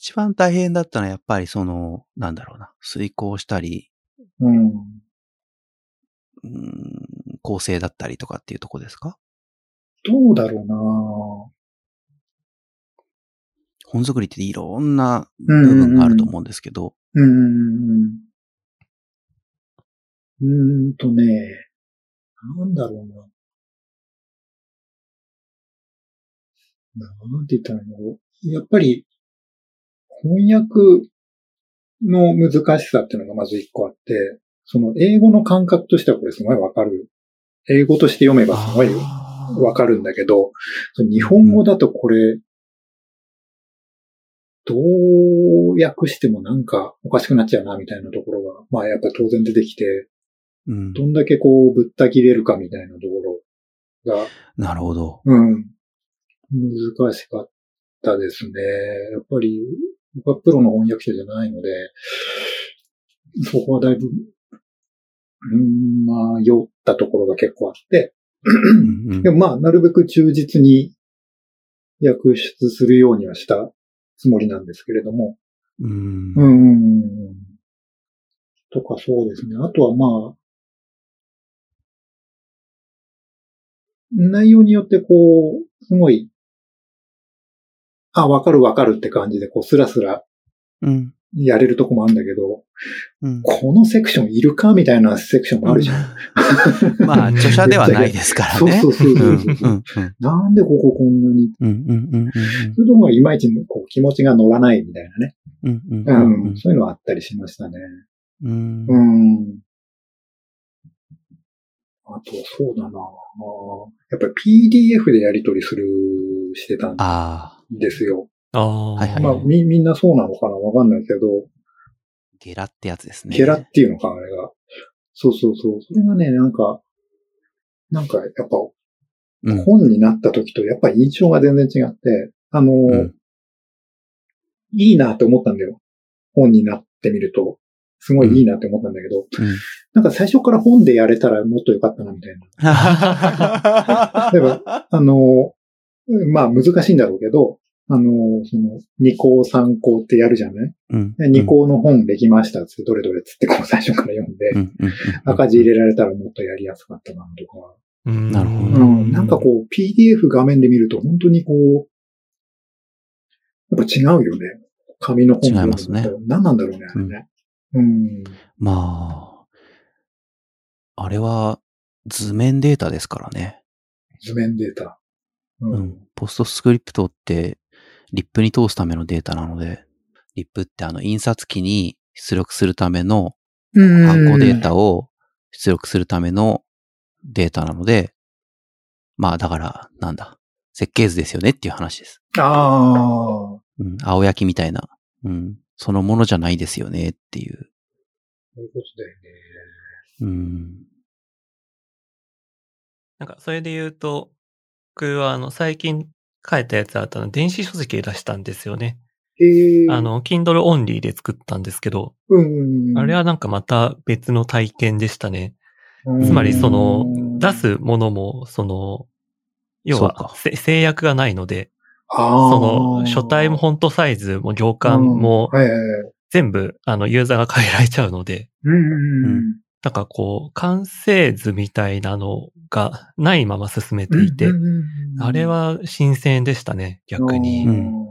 一番大変だったのはやっぱりなんだろうな、遂行したり、構成だったりとかっていうとこですか？ どうだろうな。 本作りっていろんな部分があると思うんですけど。 なんだろうな。なんて言ったらいいんだろう。やっぱり、翻訳の難しさっていうのがまず一個あって、その英語の感覚としてはこれすごいわかる。英語として読めばすごいわかるんだけど、日本語だとこれ、どう訳してもなんかおかしくなっちゃうなみたいなところが、まあやっぱ当然出てきて、どんだけこうぶった切れるかみたいなところが、 なるほど。 難しかったですね。やっぱり、僕はプロの翻訳者じゃないので、そこはだいぶ、まあ、酔ったところが結構あって、でもまあ、なるべく忠実に訳出するようにはしたつもりなんですけれども。とかそうですね。あとはまあ、内容によってこう、すごい、わかるわかるって感じで、こう、スラスラ、やれるとこもあるんだけど、このセクションいるかみたいなセクションもあるじゃん。 まあ、著者ではないですからね。 そう。なんでこここんなに。それともいまいちこう気持ちが乗らないみたいなね。そういうのはあったりしましたね。あと、そうだな。やっぱり PDF でやり取りしてたんですよ。まあ、みんなそうなのかなわかんないけど。 ゲラってやつですね。 ゲラっていうのか、あれが。そう。それがね、なんかやっぱ、本になった時とやっぱり印象が全然違って、いいなって思ったんだよ。本になってみると。すごいいいなって思ったんだけど、なんか最初から本でやれたらもっと良かったなみたいな。例えば、まあ難しいんだろうけど、その、2項3項ってやるじゃない、2項の本できましたってどれどれつってこう最初から読んで、赤字入れられたらもっとやりやすかったなとか。 なるほど。 なんかこう PDF 画面で見ると本当にこう、やっぱ違うよね。紙の本違いますね。 何なんだろうね、あれね。 まあ、あれは図面データですからね。 図面データ。 ポストスクリプトってリップに通すためのデータなので、リップって印刷機に出力するためのハンコデータを出力するためのデータなので、まあだから、設計図ですよねっていう話です。青焼きみたいな、そのものじゃないですよねっていう。 そういうことだよね。 なんか、それで言うと、僕は最近書いたやつあったの、電子書籍で出したんですよね。Kindle Only で作ったんですけど、あれはなんかまた別の体験でしたね。つまり出すものも、要は制約がないので、書体もフォントサイズも行間も、全部ユーザーが変えられちゃうので、なんかこう、完成図みたいなのがないまま進めていて、あれは新鮮でしたね、逆に。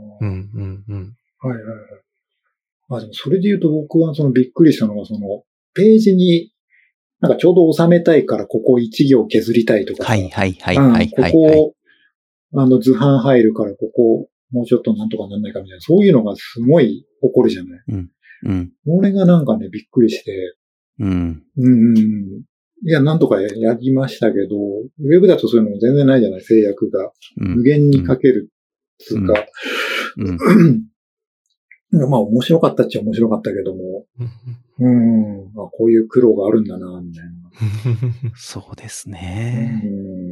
でもそれで言うと僕はびっくりしたのがページになんかちょうど収めたいからここ1行削りたいとか。ここ図版入るからここもうちょっとなんとかなんないかみたいな、そういうのがすごい起こるじゃない。これがなんかね、びっくりして。いや、なんとかやりましたけど、ウェブだとそういうのも全然ないじゃない、制約が。無限に書けるつうか。まあ面白かったっちゃ面白かったけども、こういう苦労があるんだな、みたいな。 そうですね。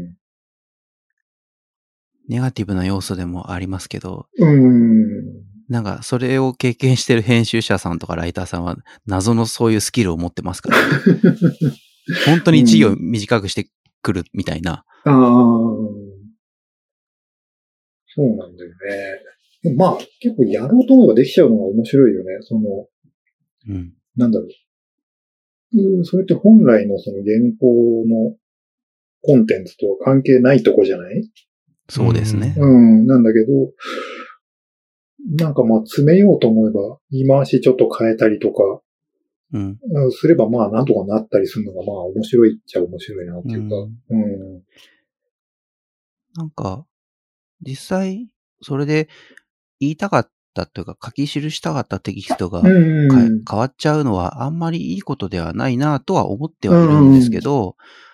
ネガティブな要素でもありますけど、なんかそれを経験してる編集者さんとかライターさんは謎のそういうスキルを持ってますから、ね、本当に一行短くしてくるみたいな。 そうなんだよね。 まあ、結構やろうと思えばできちゃうのが面白いよね。なんだろう。それって本来のその原稿のコンテンツとは関係ないとこじゃない？ そうですね。 なんだけど、なんかまあ詰めようと思えば、言い回しちょっと変えたりとか、すればまあなんとかなったりするのがまあ面白いっちゃ面白いなっていうか。 なんか、実際、それで言いたかったというか書き記したかったテキストが変わっちゃうのはあんまりいいことではないなとは思ってはいるんですけど、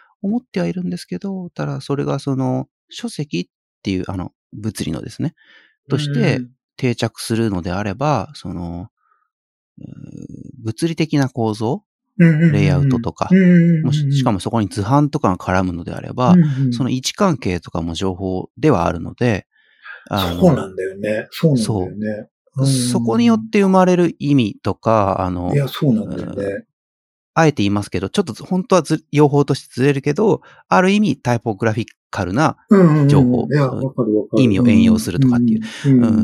ただそれがその書籍っていう物理のですね、として定着するのであれば、その、物理的な構造、レイアウトとか、しかもそこに図版とかが絡むのであれば、その位置関係とかも情報ではあるので、 そうなんだよね。 そこによって生まれる意味とか、 いや、そうなんだよね。 あえて言いますけど、ちょっと本当は用法としてずれるけど、ある意味タイポグラフィカルな情報、意味を援用するとかっていう、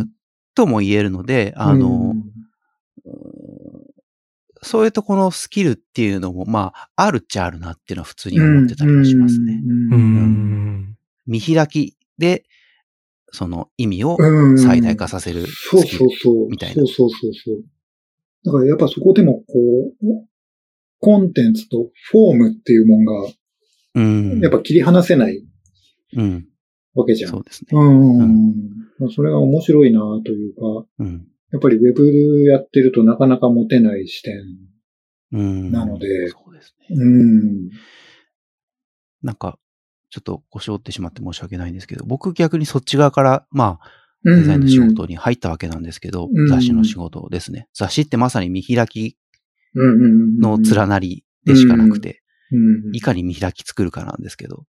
とも言えるので、そういうとこのスキルっていうのも、まあ、あるっちゃあるなっていうのは普通に思ってたりはしますね。見開きで、その意味を最大化させるスキルみたいな。 そう。だからやっぱそこでもこう、コンテンツとフォームっていうもんが、やっぱ切り離せないわけじゃん。 そうですね。 それが面白いなというか、やっぱりウェブやってるとなかなか持てない視点なので、 そうですね。なんか、ちょっと腰折ってしまって申し訳ないんですけど、僕逆にそっち側から、まあ、デザインの仕事に入ったわけなんですけど、雑誌の仕事ですね。雑誌ってまさに見開きの連なりでしかなくて、いかに見開き作るかなんですけど、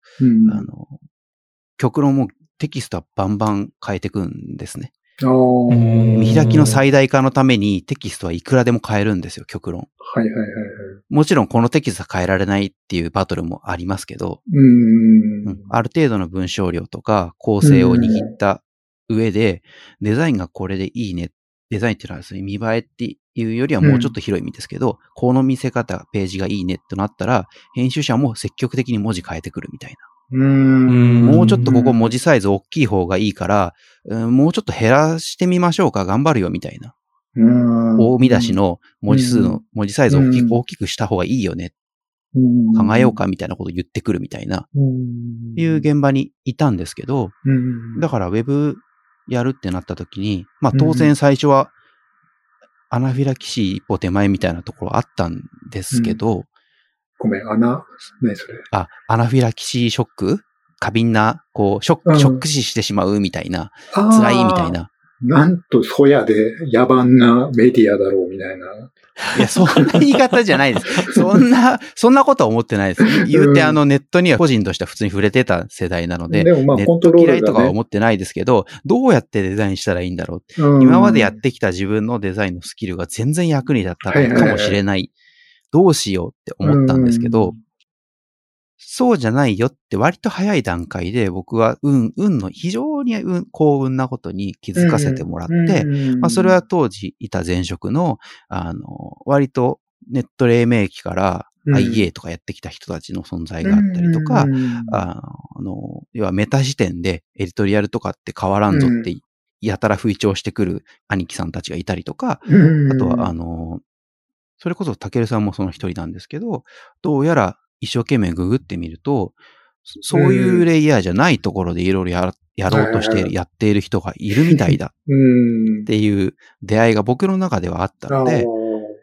極論もテキストはバンバン変えていくんですね。見開きの最大化のためにテキストはいくらでも変えるんですよ、極論。もちろんこのテキストは変えられないっていうバトルもありますけど、ある程度の文章量とか構成を握った上で、デザインがこれでいいね。デザインっていうのはですね、見栄えっていうよりはもうちょっと広い意味ですけど、この見せ方、ページがいいねってなったら、編集者も積極的に文字変えてくるみたいな。もうちょっとここ文字サイズ大きい方がいいから、もうちょっと減らしてみましょうか、頑張るよみたいな。大見出しの文字数の文字サイズを大きくした方がいいよね。考えようかみたいなことを言ってくるみたいな、いう現場にいたんですけど、だからウェブやるってなった時に、まあ当然最初はアナフィラキシー一歩手前みたいなところあったんですけど、 ごめん、何それ。 アナフィラキシーショック？過敏な、こう、ショック死してしまうみたいな、辛いみたいな。 なんと、そやで野蛮なメディアだろうみたいな。 いや、そんな言い方じゃないです。そんなことは思ってないです。言うてネットには個人としては普通に触れてた世代なので、 でもまあネット嫌いとかは思ってないですけど、どうやってデザインしたらいいんだろう。今までやってきた自分のデザインのスキルが全然役に立ったかもしれない。どうしようって思ったんですけど、そうじゃないよって割と早い段階で僕は運の非常に幸運なことに気づかせてもらって、まあそれは当時いた前職の、割とネット黎明期から IA とかやってきた人たちの存在があったりとか、要はメタ視点でエディトリアルとかって変わらんぞってやたら吹聴してくる兄貴さんたちがいたりとか、あとはそれこそタケルさんもその一人なんですけど、どうやら一生懸命ググってみると、そういうレイヤーじゃないところでいろいろやろうとしてやっている人がいるみたいだっていう出会いが僕の中ではあったので、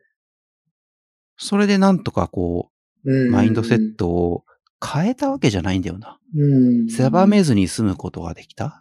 それでなんとかこう、マインドセットを変えたわけじゃないんだよな。狭めずに済むことができた。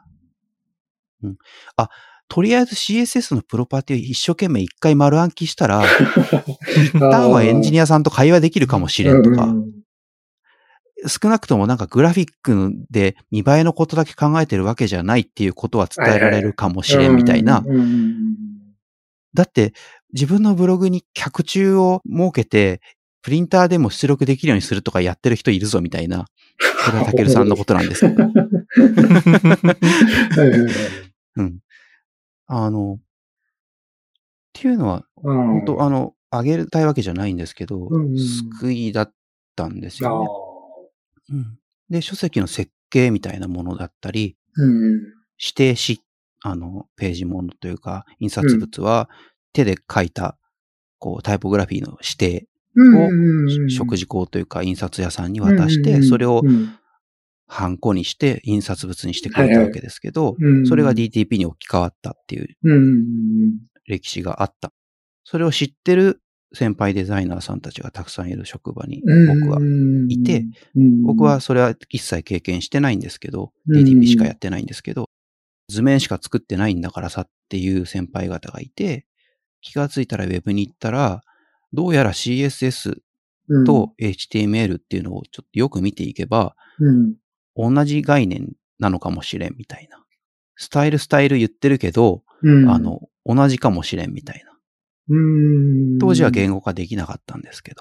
とりあえず CSS のプロパティを一生懸命一回丸暗記したら、一旦はエンジニアさんと会話できるかもしれんとか、少なくともなんかグラフィックで見栄えのことだけ考えてるわけじゃないっていうことは伝えられるかもしれんみたいな。だって自分のブログに脚注を設けて、プリンターでも出力できるようにするとかやってる人いるぞみたいな。これはタケルさんのことなんですけど。 っていうのは、本当あげたいわけじゃないんですけど、救いだったんですよね。で、書籍の設計みたいなものだったり、指定し、ページものというか、印刷物は手で書いた、タイポグラフィーの指定を、食事校というか、印刷屋さんに渡して、それを、ハンコにして印刷物にしてくれたわけですけど、それが DTP に置き換わったっていう歴史があった。それを知ってる先輩デザイナーさんたちがたくさんいる職場に僕はいて、僕はそれは一切経験してないんですけど、DTP しかやってないんですけど、図面しか作ってないんだからさっていう先輩方がいて、気がついたら Web に行ったら、どうやら CSS と HTML っていうのをちょっとよく見ていけば、同じ概念なのかもしれんみたいな。スタイル言ってるけど、同じかもしれんみたいな。当時は言語化できなかったんですけど。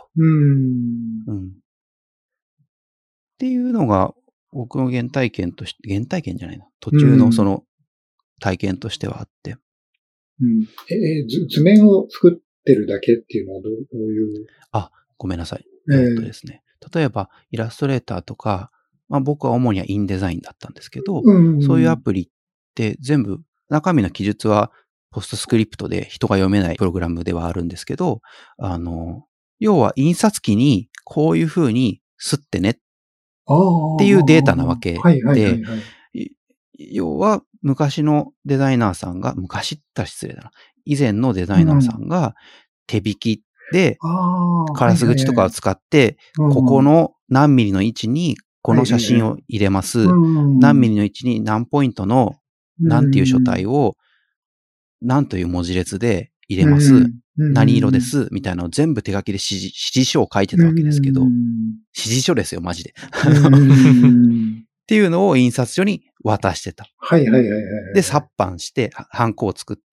っていうのが僕の原体験じゃないな。途中のその体験としてはあって。 図面を作ってるだけっていうのはどういう？ ごめんなさい。ですね。例えばイラストレーターとか、僕は主にはインデザインだったんですけど、そういうアプリって全部中身の記述はポストスクリプトで人が読めないプログラムではあるんですけど、要は印刷機にこういう風にすってねっていうデータなわけで、要は昔のデザイナーさんが、昔って言ったら失礼だな。以前のデザイナーさんが手引きで、カラス口とかを使って、ここの何ミリの位置にこの写真を入れます。何ミリの位置に何ポイントの何ていう書体を何という文字列で入れます。何色です。みたいなのを全部手書きで指示書を書いてたわけですけど、指示書ですよ、マジで。っていうのを印刷所に渡してた。で、殺版して、ハンコを作って、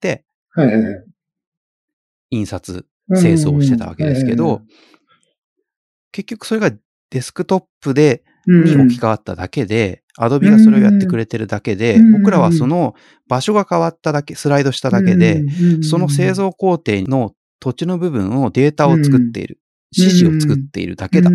印刷、製造してたわけですけど、結局それがデスクトップに置き換わっただけで、Adobe がそれをやってくれてるだけで、僕らはその場所が変わっただけ、スライドしただけで、その製造工程の土地の部分をデータを作っている。指示を作っているだけだ。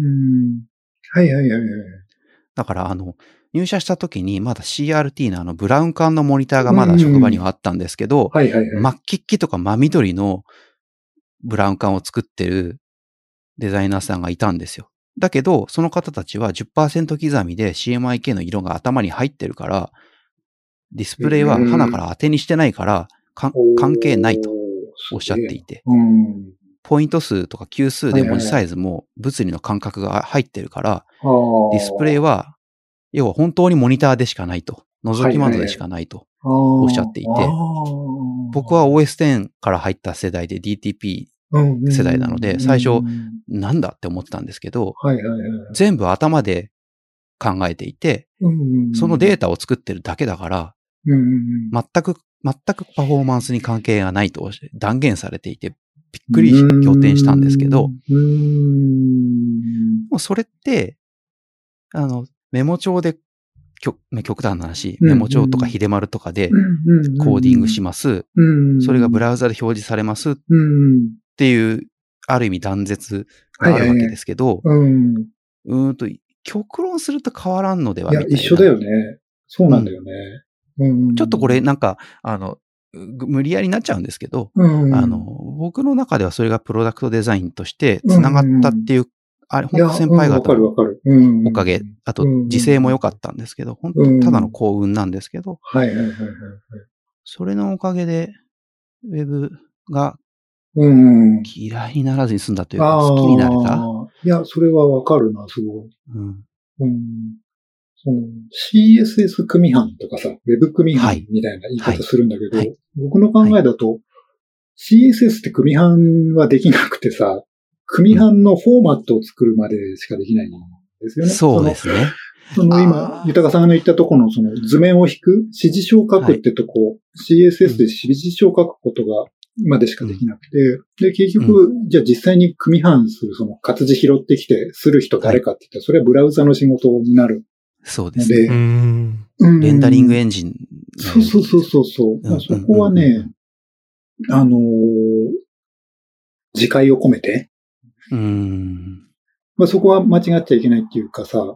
だから、入社した時にまだ CRT のブラウン管のモニターがまだ職場にはあったんですけど、真っ黄っきとか真緑のブラウン管を作ってるデザイナーさんがいたんですよ。だけど、その方たちは 10% 刻みで CMYK の色が頭に入ってるから、ディスプレイは鼻から当てにしてないから、関係ないとおっしゃっていて、ポイント数とか級数で文字サイズも物理の感覚が入ってるから、ディスプレイは、要は本当にモニターでしかないと、覗き窓でしかないとおっしゃっていて、僕は OS10 から入った世代で DTP世代なので、最初、なんだって思ってたんですけど、全部頭で考えていて、そのデータを作ってるだけだから、全くパフォーマンスに関係がないと断言されていて、びっくり仰天したんですけど、もうそれって、メモ帳で、極端な話、メモ帳とか秀丸とかでコーディングします。それがブラウザで表示されますっていう、ある意味断絶があるわけですけど、極論すると変わらんのではみたいな。 いや、一緒だよね。そうなんだよね。 ちょっとこれなんか、無理やりになっちゃうんですけど、僕の中ではそれがプロダクトデザインとして繋がったっていう、あれ、本当先輩方のおかげ、あと時勢も良かったんですけど、本当ただの幸運なんですけど、それのおかげで、ウェブが嫌いにならずに済んだというか、好きになれた。 いや、それはわかるな、すごい。CSS 組版とかさ、Web 組版みたいな言い方するんだけど、僕の考えだと、CSS って組版はできなくてさ、組版のフォーマットを作るまでしかできないんですよね。 そうですね。 今、豊さんが言ったところのその図面を引く、指示書を書くってとこ、CSS で指示書を書くことがまでしかできなくて、で、結局、じゃあ実際に組版するその活字拾ってきてする人誰かって言ったら、それはブラウザの仕事になるそうですね。 レンダリングエンジン。 そう。そこはね、自戒を込めて。そこは間違っちゃいけないっていうかさ、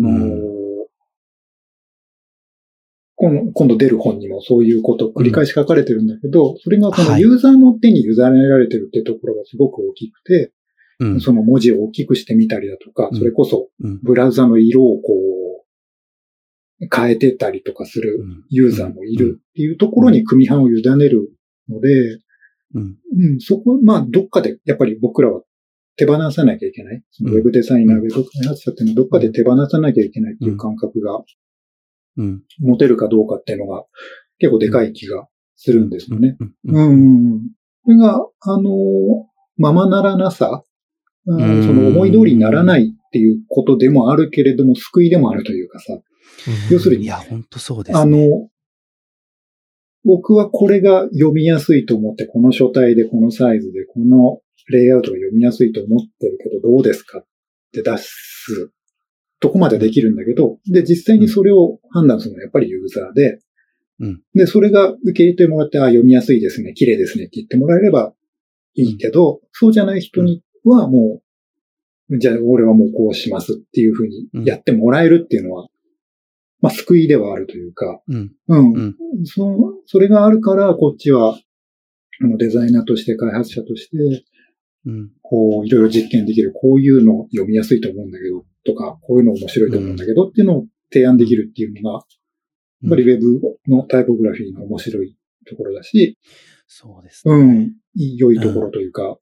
今度出る本にもそういうことを繰り返し書かれてるんだけど、それがそのユーザーの手に委ねられてるっていうところがすごく大きくて、その文字を大きくしてみたりだとか、それこそブラウザの色をこう変えてたりとかするユーザーもいるっていうところに組版を委ねるので、そこはどっかでやっぱり僕らは手放さなきゃいけない。そのウェブデザイナー、ウェブ開発者っていうのはどっかで手放さなきゃいけないっていう感覚が持てるかどうかっていうのが結構でかい気がするんですよね。それが、ままならなさ、その思い通りにならないっていうことでもあるけれども、救いでもあるというかさ。要するに、 いや、本当そうですね。 僕はこれが読みやすいと思って、この書体で、このサイズで、このレイアウトが読みやすいと思ってるけど、どうですかって出すとこまでできるんだけど、で、実際にそれを判断するのはやっぱりユーザーで、で、それが受け入れてもらって、読みやすいですね、綺麗ですねって言ってもらえればいいけど、そうじゃない人にはもう、じゃあ俺はもうこうしますっていうふうにやってもらえるっていうのは、救いではあるというか、それがあるから、こっちは、デザイナーとして、開発者として、こう、いろいろ実験できる、こういうの読みやすいと思うんだけど、とか、こういうの面白いと思うんだけどっていうのを提案できるっていうのが、やっぱりウェブのタイポグラフィーの面白いところだし、 そうですね。 良いところというか。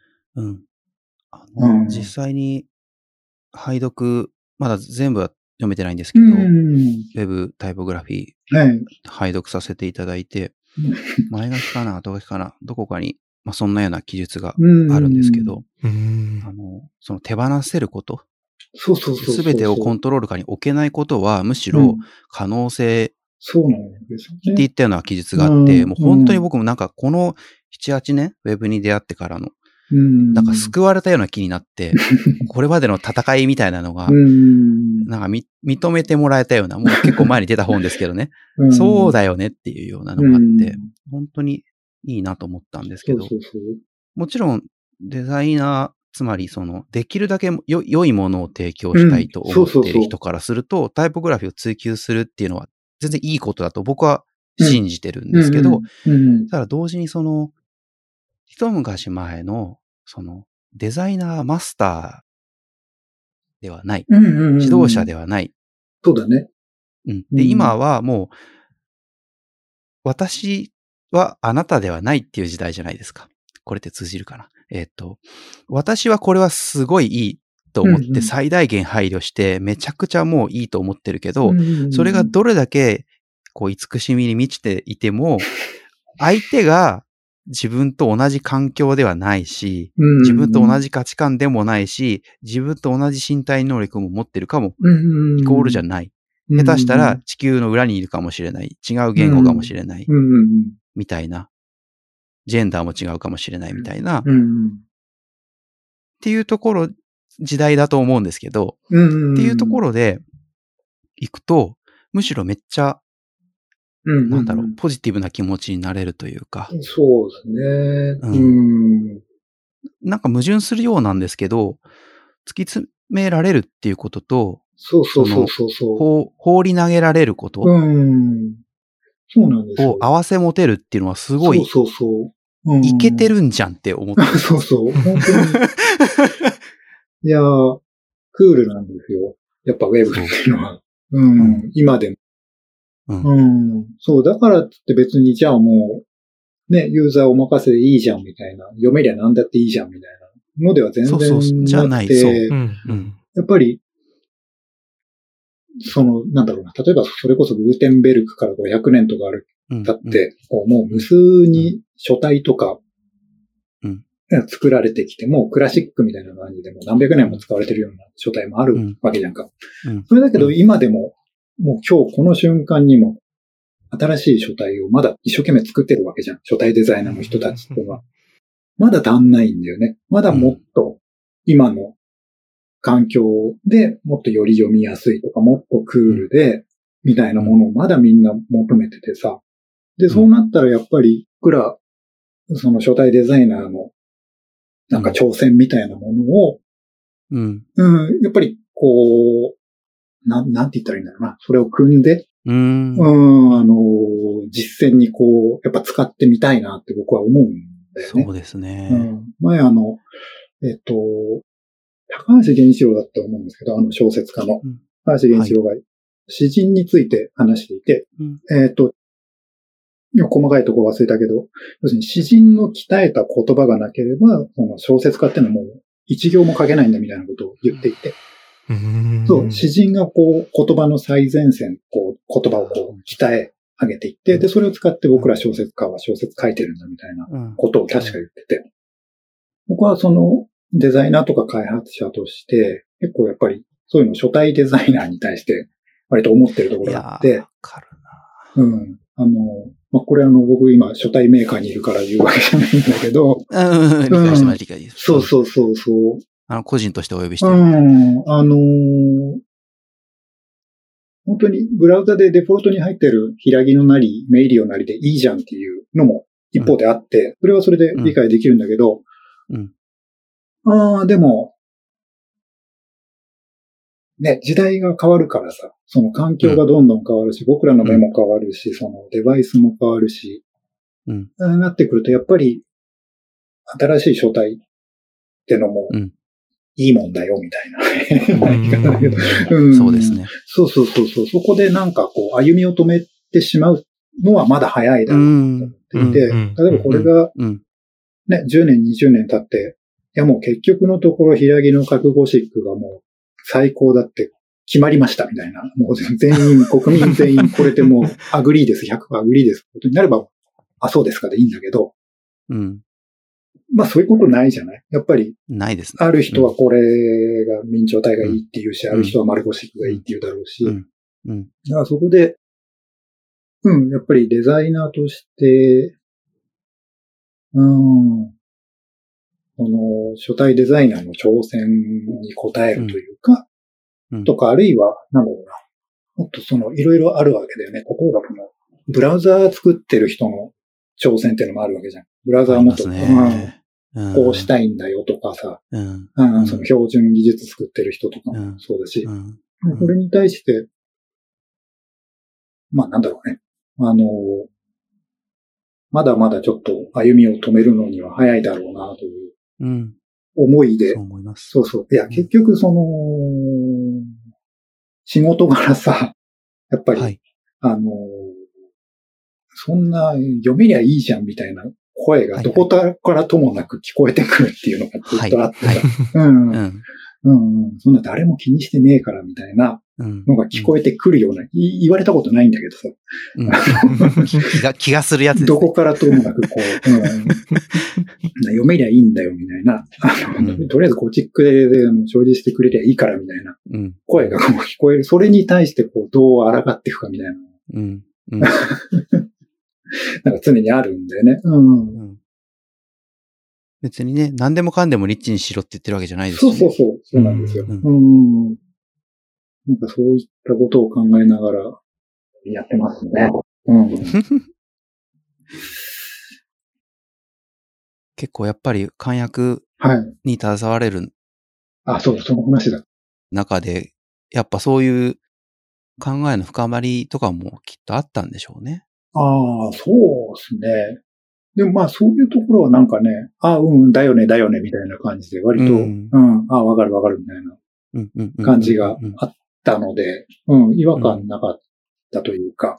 実際に、拝読、まだ全部は読めてないんですけど、ウェブタイポグラフィー、拝読させていただいて、前書きかな、後書きかな、どこかに、そんなような記述があるんですけど、その手放せること、すべてをコントロール下に置けないことは、むしろ可能性っていったような記述があって、もう本当に僕もなんかこの7、8年、ウェブに出会ってからの、なんか救われたような気になって、これまでの戦いみたいなのが、なんか認めてもらえたような、もう結構前に出た本ですけどね、そうだよねっていうようなのがあって、本当にいいなと思ったんですけど、もちろんデザイナー、つまりその、できるだけ良いものを提供したいと思っている人からすると、タイポグラフィーを追求するっていうのは全然いいことだと僕は信じてるんですけど、ただ同時にその、一昔前の、その、デザイナーマスターではない。指導者ではない。 そうだね。 で、今はもう、私はあなたではないっていう時代じゃないですか。これって通じるかな。私はこれはすごいいいと思って最大限配慮してめちゃくちゃもういいと思ってるけど、それがどれだけこう慈しみに満ちていても、相手が自分と同じ環境ではないし、自分と同じ価値観でもないし、自分と同じ身体能力も持ってるかも、イコールじゃない。下手したら地球の裏にいるかもしれない。違う言語かもしれない。みたいな。ジェンダーも違うかもしれないみたいな。っていうところ、時代だと思うんですけど、っていうところで行くと、むしろめっちゃ、なんだろう、ポジティブな気持ちになれるというか。 そうですね。 なんか矛盾するようなんですけど、突き詰められるっていうことと、放り投げられることそうなんですよ。 を合わせ持てるっていうのはすごい、いけてるんじゃんって思って。 そうそう。本当に。いやー、クールなんですよ。やっぱウェブっていうのは。今でも。そう、だからって別にじゃあもう、ね、ユーザーお任せでいいじゃんみたいな、読めりゃなんだっていいじゃんみたいなのでは全然なくて、やっぱり、なんだろうな、例えばそれこそグーテンベルクから500年とか経って、もう無数に書体とか、作られてきても、クラシックみたいな感じでも何百年も使われてるような書体もあるわけじゃんか。それだけど今でも、もう今日この瞬間にも、新しい書体をまだ一生懸命作ってるわけじゃん。書体デザイナーの人たちとは。まだ足んないんだよね。まだもっと今の環境でもっとより読みやすいとか、もっとクールで、みたいなものをまだみんな求めててさ。で、そうなったらやっぱり、僕ら、その初代デザイナーの、なんか挑戦みたいなものを、やっぱりこう、なんて言ったらいいんだろうな。それを組んで、実践にこう、やっぱ使ってみたいなって僕は思うんだよね。 そうですね。 前高橋源一郎だったと思うんですけど、小説家の。高橋源一郎が詩人について話していて、細かいところ忘れたけど、要するに詩人の鍛えた言葉がなければ、その小説家っていうのはもう一行も書けないんだみたいなことを言っていて、そう、詩人がこう言葉の最前線、こう言葉をこう鍛え上げていって、で、それを使って僕ら小説家は小説書いてるんだみたいなことを確か言ってて、僕はそのデザイナーとか開発者として、結構やっぱりそういうの初対デザイナーに対して割と思ってるところがあって、これ僕今初対メーカーにいるから言うわけじゃないんだけど、 理解してます、理解です。 そう。 個人としてお呼びしてる。 本当にブラウザでデフォルトに入ってる平木のなり、メイリオなりでいいじゃんっていうのも一方であって、それはそれで理解できるんだけど、でも、ね、時代が変わるからさ、その環境がどんどん変わるし、僕らの目も変わるし、そのデバイスも変わるし、なってくるとやっぱり新しい書体ってのもいいもんだよみたいな言い方だけど、 そうですね。 そう。そこでなんかこう歩みを止めてしまうのはまだ早いだろうと思っていて、例えばこれがね、10年、20年経って、いやもう結局のところ平木の覚悟シックがもう最高だって決まりましたみたいな。もう全員、国民全員これでもうアグリーです、100% アグリーです。ことになれば、そうですかでいいんだけど。そういうことないじゃないやっぱり。 ないですね。 ある人はこれが明朝体がいいって言うし、ある人は丸ゴシックがいいって言うだろうし。だからそこで、やっぱりデザイナーとして、この初代デザイナーの挑戦に応えるというか、とか、あるいは、なんだろうな。もっといろいろあるわけだよね。例えばブラウザー作ってる人の挑戦っていうのもあるわけじゃん。ブラウザーもっと、こうしたいんだよとかさ、その標準技術作ってる人とかもそうだし、これに対して、なんだろうね。まだまだちょっと歩みを止めるのには早いだろうなという思いで。 そう思います。 そう。いや、結局仕事柄さ、やっぱり、そんな読めりゃいいじゃんみたいな声がどこからともなく聞こえてくるっていうのがずっとあってさ。そんな誰も気にしてねえからみたいなのが聞こえてくるような、言われたことないんだけどさ。気がするやつですね。 どこからともなく読めりゃいいんだよみたいな。とりあえずゴチックで表示してくれりゃいいからみたいな声が聞こえる。それに対してどう抗っていくかみたいな。なんか常にあるんだよね。 別にね、何でもかんでもリッチにしろって言ってるわけじゃないですよね。 そうなんですよ。なんかそういったことを考えながらやってますね。 結構やっぱり漢訳に携われる。 その話だ。 中で、やっぱそういう考えの深まりとかもきっとあったんでしょうね。 そうですね。でもそういうところはなんかね、だよね、みたいな感じで、割と、わかるみたいな感じがあったので、違和感なかったというか、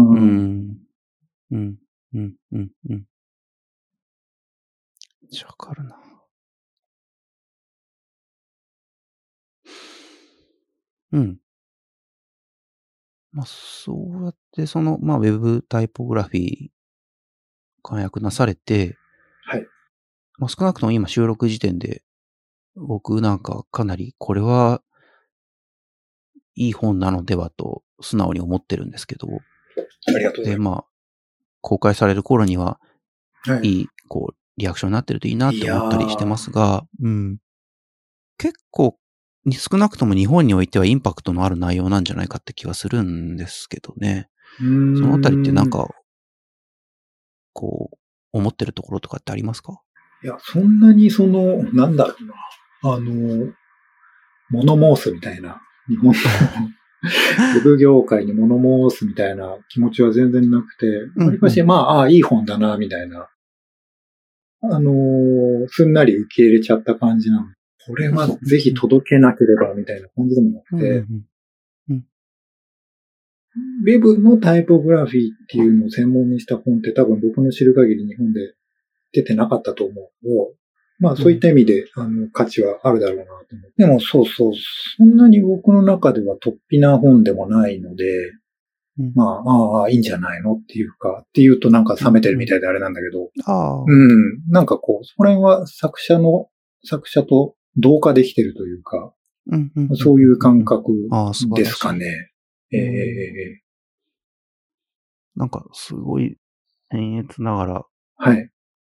わかるな。そうやって、ウェブタイポグラフィー、漢訳なされて、少なくとも今収録時点で、僕なんかかなりこれはいい本なのではと素直に思ってるんですけど。 ありがとうございます。 公開される頃には、いい、リアクションになってるといいなって思ったりしてますが、結構、 少なくとも日本においてはインパクトのある内容なんじゃないかって気はするんですけどね。そのあたりってなんか、こう、思ってるところとかってありますか？ いや、そんなになんだろうな。物申すみたいな、日本のウェブ業界に物申すみたいな気持ちは全然なくて、わりかし、いい本だな、みたいな。すんなり受け入れちゃった感じなの。これはぜひ届けなければ、みたいな感じでもなくて、ウェブのタイポグラフィーっていうのを専門にした本って多分僕の知る限り日本で出てなかったと思うのを、そういった意味で、価値はあるだろうなと思う。でもそう、そんなに僕の中では突飛な本でもないので、いいんじゃないのっていうか、っていうとなんか冷めてるみたいであれなんだけど、なんかこう、それは作者と同化できてるというか、そういう感覚ですかね。 なんかすごい僭越ながら、 はい。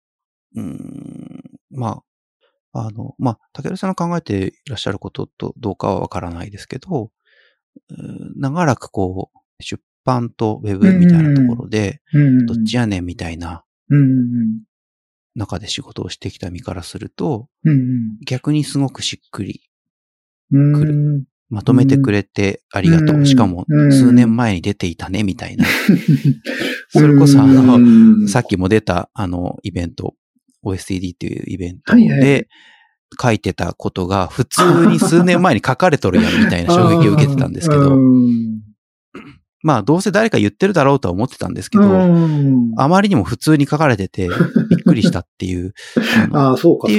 竹原さんの考えていらっしゃることとどうかはわからないですけど、長らくこう、出版とウェブみたいなところで、どっちやねんみたいな、中で仕事をしてきた身からすると、逆にすごくしっくりくる。まとめてくれてありがとう。しかも数年前に出ていたね、みたいな。それこそさっきも出たイベント、OSTD っていうイベントで書いてたことが普通に数年前に書かれとるやんみたいな衝撃を受けてたんですけど、どうせ誰か言ってるだろうとは思ってたんですけど、あまりにも普通に書かれててびっくりしたっていう。 そうか。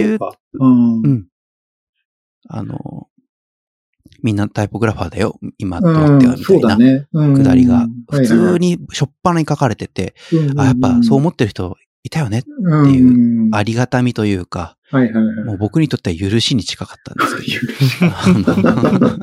みんなタイポグラファーだよ、今となってはみたいなくだりが普通にしょっぱなに書かれてて、やっぱそう思ってる人いたよねっていうありがたみというか、もう僕にとっては許しに近かったんですけど。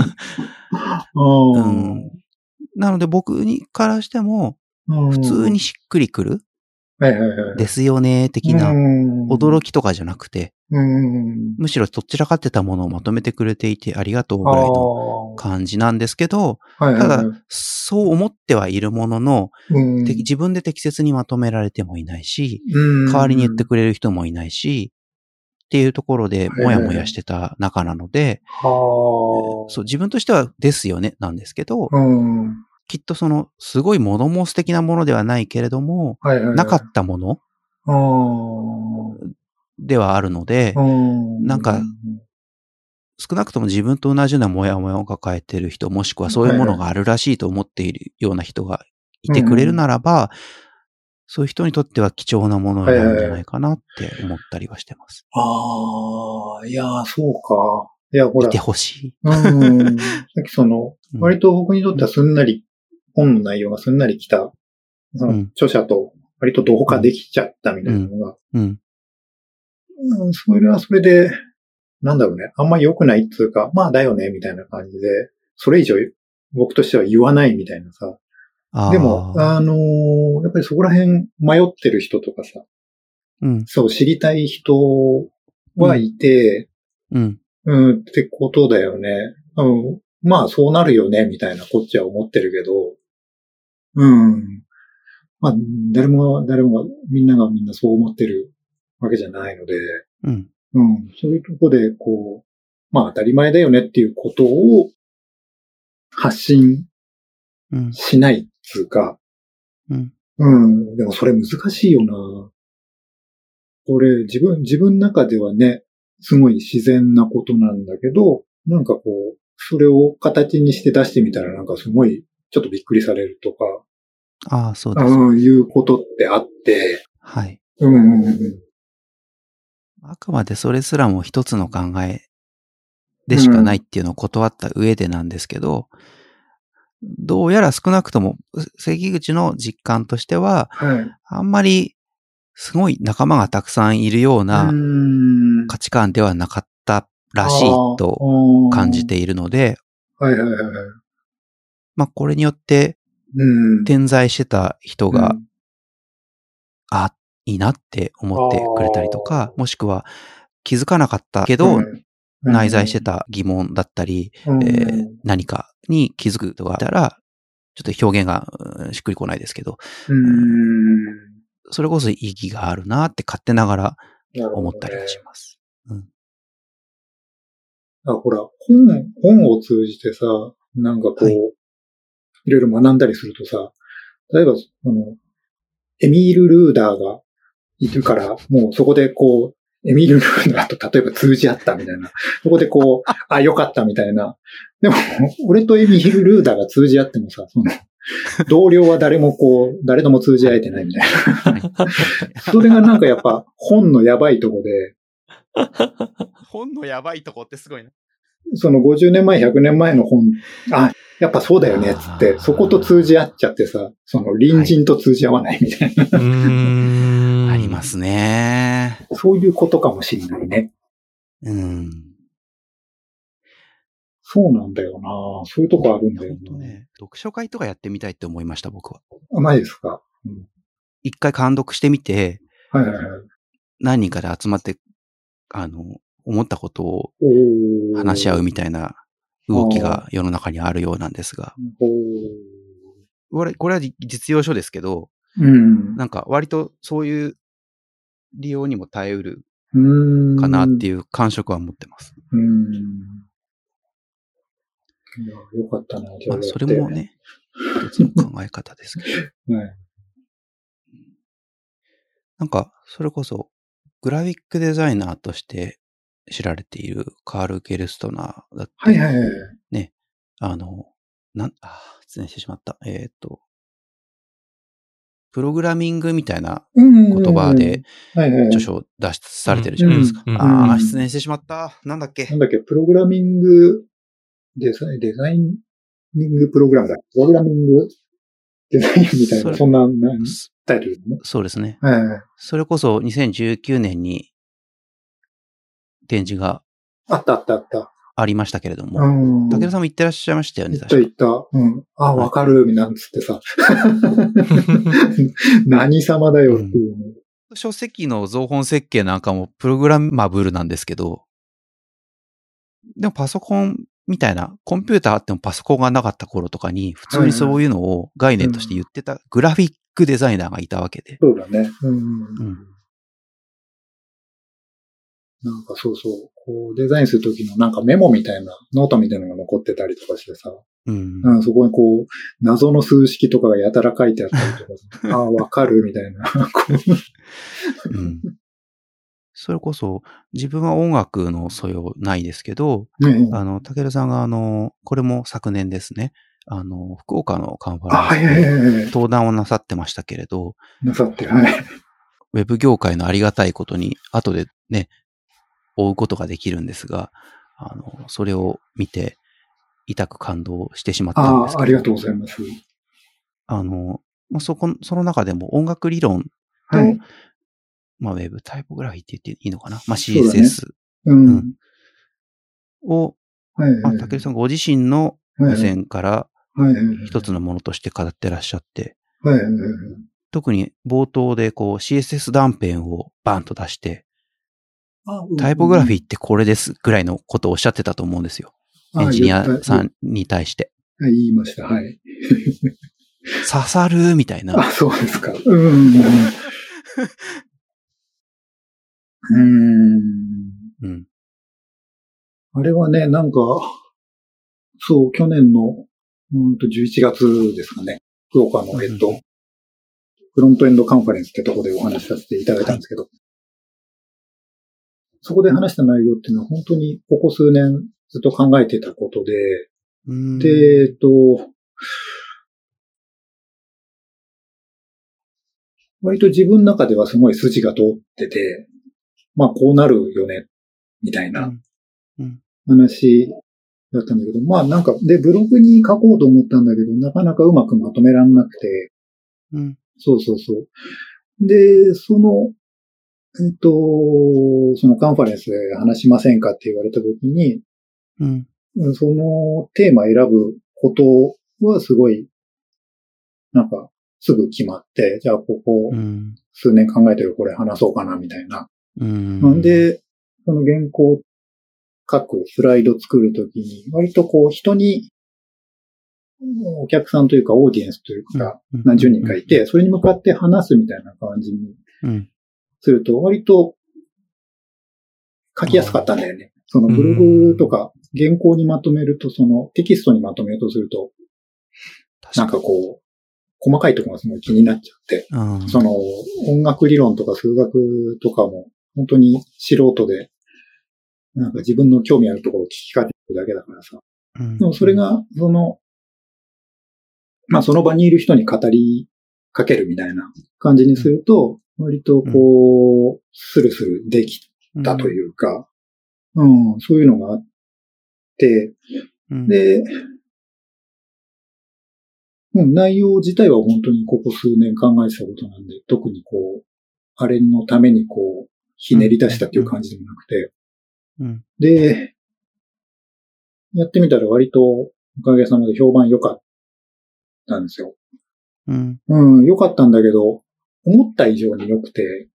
なので僕からしても普通にしっくりくるですよね的な驚きとかじゃなくて、むしろどちらかってたものをまとめてくれていてありがとうぐらいの感じなんですけど、ただそう思ってはいるものの、自分で適切にまとめられてもいないし、代わりに言ってくれる人もいないし、っていうところでもやもやしてた中なので、そう自分としてはですよねなんですけど、きっとすごい物申す的なものではないけれども、なかったものではあるので、なんか、少なくとも自分と同じようなモヤモヤを抱えている人、もしくはそういうものがあるらしいと思っているような人がいてくれるならば、そういう人にとっては貴重なものになるんじゃないかなって思ったりはしてます。 いやー、そうか。いや、ほら。 見てほしい。 さっき割と僕にとってはすんなり、本の内容がすんなりきた、著者と割と同化できちゃったみたいなのが、それはそれで、なんだろうね、あんまり良くないっていうか、だよね、みたいな感じで、それ以上僕としては言わないみたいなさ。でも、やっぱりそこら辺迷ってる人とかさ、そう知りたい人はいて、ってことだよね。そうなるよね、みたいなこっちは思ってるけど、誰もが、みんながみんなそう思ってるわけじゃないので、そういうとこで、当たり前だよねっていうことを発信しないっつうか、でもそれ難しいよな。これ自分の中ではね、すごい自然なことなんだけど、なんかそれを形にして出してみたらなんかすごいちょっとびっくりされるとか、 そうです。 いうことってあって、 はい。あくまでそれすらも一つの考えでしかないっていうのを断った上でなんですけど、どうやら少なくとも関口の実感としては、あんまりすごい仲間がたくさんいるような価値観ではなかったらしいと感じているので、これによって点在してた人が、いいなって思ってくれたりとか、もしくは気づかなかったけど、 内在してた疑問だったり、何かに気づくことがあったら、ちょっと表現がしっくりこないですけど、それこそ意義があるなって勝手ながら思ったりはします。 ほら、本を通じてさ、なんかこう、いろいろ学んだりするとさ、例えば、エミール・ルーダーがいるから、もうそこでこう、エミール・ルーダーと例えば通じ合ったみたいな。そこでこう、よかったみたいな。でも、俺とエミール・ルーダーが通じ合ってもさ、同僚は誰とも通じ合えてないみたいな。それがなんかやっぱ本のやばいとこで。 本のやばいとこってすごいな。 その50年前、100年前の本、やっぱそうだよね、つって、そこと通じ合っちゃってさ、その隣人と通じ合わないみたいな。 ありますね。 そういうことかもしれないね。そうなんだよな。そういうとこあるんだよね。 読書会とかやってみたいって思いました、僕は。 マジですか。 一回監読してみて、何人かで集まって、思ったことを話し合うみたいな動きが世の中にあるようなんですが。これは実用書ですけど、なんか割とそういう利用にも耐えうるかなっていう感触は持ってます。 よかったな。 まあ、それもね、一つの考え方ですけど。なんか、それこそ、グラフィックデザイナーとして知られているカール・ゲルストナーだって、ね、失念してしまった。プログラミングみたいな言葉で著書を出されてるじゃないですか。失念してしまった。なんだっけ、 プログラミングデザイニングプログラムだ。プログラミングデザインみたいな、そんなタイトルね。 そうですね。それこそ2019年に展示がありましたけれども、武田さんも言ってらっしゃいましたよね、 言った。わかる、なんつってさ。何様だよっていうね。 書籍の造本設計なんかもプログラマブルなんですけど、でもパソコンみたいな、コンピューターあってもパソコンがなかった頃とかに、普通にそういうのを概念として言ってたグラフィックデザイナーがいたわけで。 そうだね。なんかそう、こうデザインするときのなんかメモみたいな、ノートみたいなのが残ってたりとかしてさ、そこにこう、謎の数式とかがやたら書いてあったりとか、わかるみたいな。 それこそ、自分は音楽の素養ないですけど、武田さんがこれも昨年ですね、福岡のカンファレンスで登壇をなさってましたけれど、 なさって、 ウェブ業界のありがたいことに、後でね、追うことができるんですが、それを見て、痛く感動してしまったんですけど。 ありがとうございます。 その中でも音楽理論と、まあ、ウェブタイポグラフィーって言っていいのかな、まあ、CSS を、武井さんご自身の目線から一つのものとして語ってらっしゃって、特に冒頭でこう CSS 断片をバンと出して、タイポグラフィーってこれですぐらいのことをおっしゃってたと思うんですよ。エンジニアさんに対して。 言いました、はい。 刺さるみたいな。 そうですか。あれはね、なんか、そう、去年の、11月ですかね。福岡の、フロントエンドカンファレンスってとこでお話しさせていただいたんですけど、そこで話した内容っていうのは本当にここ数年ずっと考えてたことで、で、割と自分の中ではすごい筋が通ってて、まあこうなるよね、みたいな話だったんだけど、まあなんか、で、ブログに書こうと思ったんだけど、なかなかうまくまとめられなくて、そう。で、そのカンファレンスで話しませんかって言われたときに、そのテーマ選ぶことはすごい、なんか、すぐ決まって、じゃあここ、数年考えてるこれ話そうかな、みたいな。なんで、その原稿各スライド作るときに、割とこう人に、お客さんというかオーディエンスというか、何十人かいて、それに向かって話すみたいな感じにすると、割と書きやすかったんだよね。そのブログとか原稿にまとめると、そのテキストにまとめるとすると、なんかこう、細かいところがすごい気になっちゃって、その音楽理論とか数学とかも本当に素人で、なんか自分の興味あるところを聞きかけてるだけだからさ。でもそれが、まあその場にいる人に語りかけるみたいな感じにすると、割とこう、スルスルできたというか、そういうのがあって、で、内容自体は本当にここ数年考えてたことなんで、特にこう、あれのためにこう、ひねり出したっていう感じでもなくて、で、やってみたら割とおかげさまで評判良かったんですよ。良かったんだけど、思った以上に良くて、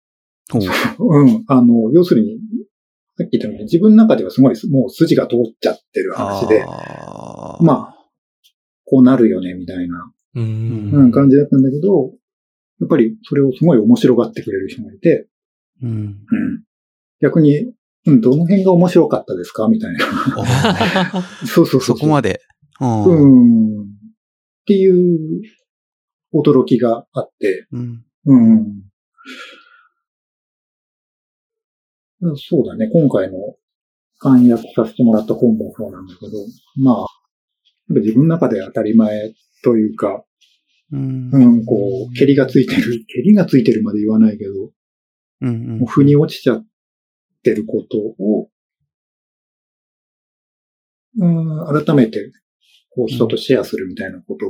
要するに、さっき言ったように自分の中ではすごいもう筋が通っちゃってる話で、まあ、こうなるよね、みたいな感じだったんだけど、やっぱりそれをすごい面白がってくれる人がいて、逆に、どの辺が面白かったですかみたいな。そう。 そこまで。 っていう驚きがあって、そうだね、今回の翻訳させてもらった本もそうなんだけど、まあ、自分の中で当たり前というか、こう、蹴りがついてるまで言わないけど、もう腑に落ちちゃってることを、改めて、こう、人とシェアするみたいなことって、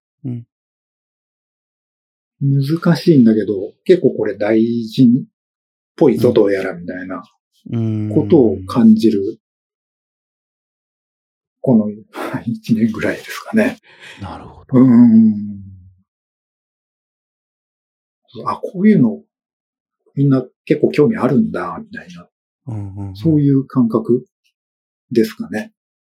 難しいんだけど、結構これ大事っぽいぞどうやらみたいなことを感じる、この1年ぐらいですかね。 なるほど。 こういうのみんな結構興味あるんだ、みたいな。そういう感覚ですかね。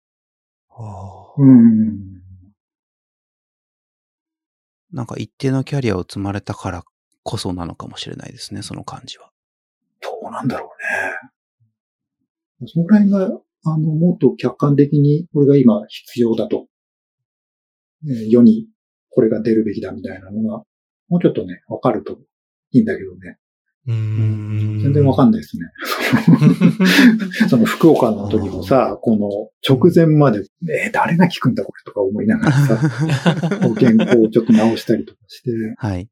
なんか一定のキャリアを積まれたからこそなのかもしれないですね、その感じは。 どうなんだろうね。そのぐらいが、もっと客観的にこれが今必要だと。世にこれが出るべきだみたいなのが、もうちょっとね、わかるといいんだけどね。全然わかんないですね。その福岡の時もさ、この直前まで、誰が聞くんだこれとか思いながらさ、原稿をちょっと直したりとかして、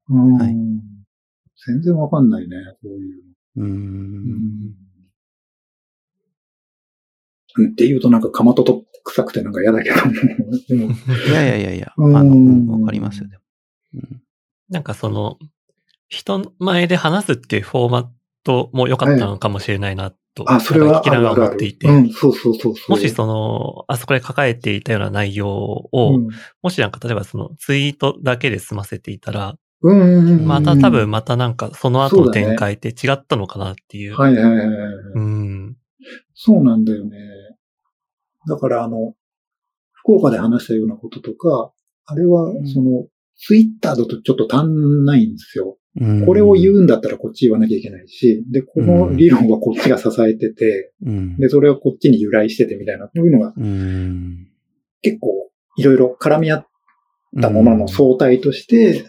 全然わかんないね、こういうの。って言うとなんかかまとと臭くてなんか嫌だけども。 いや、わかりますよ、でも。 なんかその、人前で話すっていうフォーマットも良かったのかもしれないなと、 それは聞きながら思っていて、 そう。 もしその、あそこで書かれていたような内容を、もしなんか例えばそのツイートだけで済ませていたら、また多分またなんかその後の展開って違ったのかなっていう。 そうなんだよね。だから福岡で話したようなこととか、あれはその、ツイッターだとちょっと足んないんですよ。これを言うんだったらこっち言わなきゃいけないし、で、この理論はこっちが支えてて、で、それはこっちに由来しててみたいな、こういうのが、結構いろいろ絡み合ったものの相対として、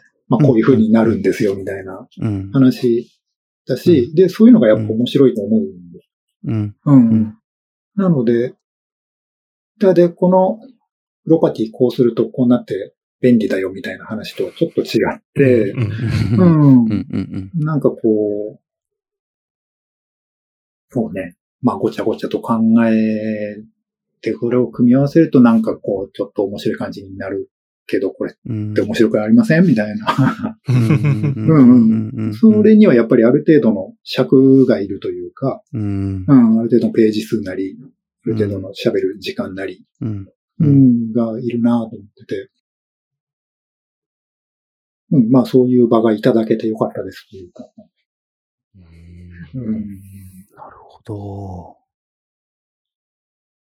まあこういう風になるんですよ、みたいな話だし、で、そういうのがやっぱ面白いと思うんです。なので、で、このプロパティこうするとこうなって便利だよみたいな話とはちょっと違って、なんかこう、そうね、まあごちゃごちゃと考えて、これを組み合わせるとなんかこう、ちょっと面白い感じになるけど、これって面白くありませんみたいな。それにはやっぱりある程度の尺がいるというか、ある程度のページ数なり、ある程度の喋る時間なり、がいるなと思ってて、まあそういう場がいただけてよかったですというか。 なるほど。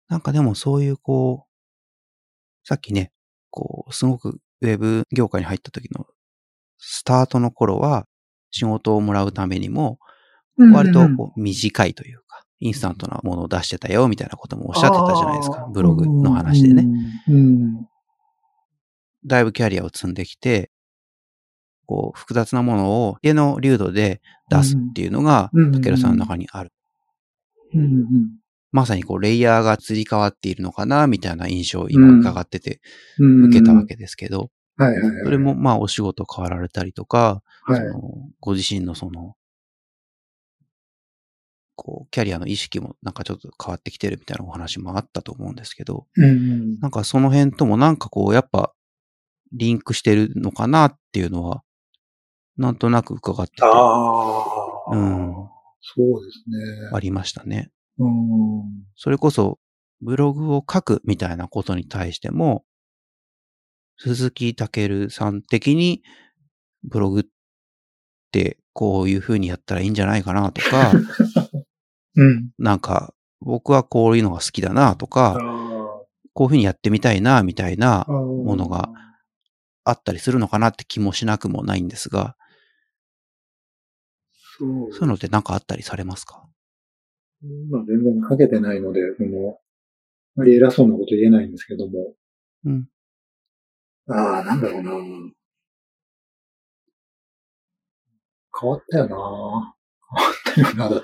なんかでもそういうさっきね、すごくウェブ業界に入った時のスタートの頃は仕事をもらうためにも、割と短いというか、インスタントなものを出してたよみたいなこともおっしゃってたじゃないですか。ブログの話でね。だいぶキャリアを積んできて、複雑なものを家の流度で出すっていうのが、武田さんの中にある。まさにレイヤーが釣り替わっているのかな、みたいな印象を今伺ってて、受けたわけですけど、それもまあお仕事変わられたりとか、ご自身のキャリアの意識もなんかちょっと変わってきてるみたいなお話もあったと思うんですけど、なんかその辺ともなんかやっぱリンクしてるのかなっていうのは、なんとなく伺ってて。 そうですね。 ありましたね。それこそ、ブログを書くみたいなことに対しても、鈴木健さん的に、ブログってこういう風にやったらいいんじゃないかなとか、なんか、僕はこういうのが好きだなとか、こういう風にやってみたいなみたいなものがあったりするのかなって気もしなくもないんですが、そういうのってなんかあったりされますか？ まあ全然書けてないので、あまり偉そうなこと言えないんですけども。なんだろうな。変わったよな。変わったよな、だって。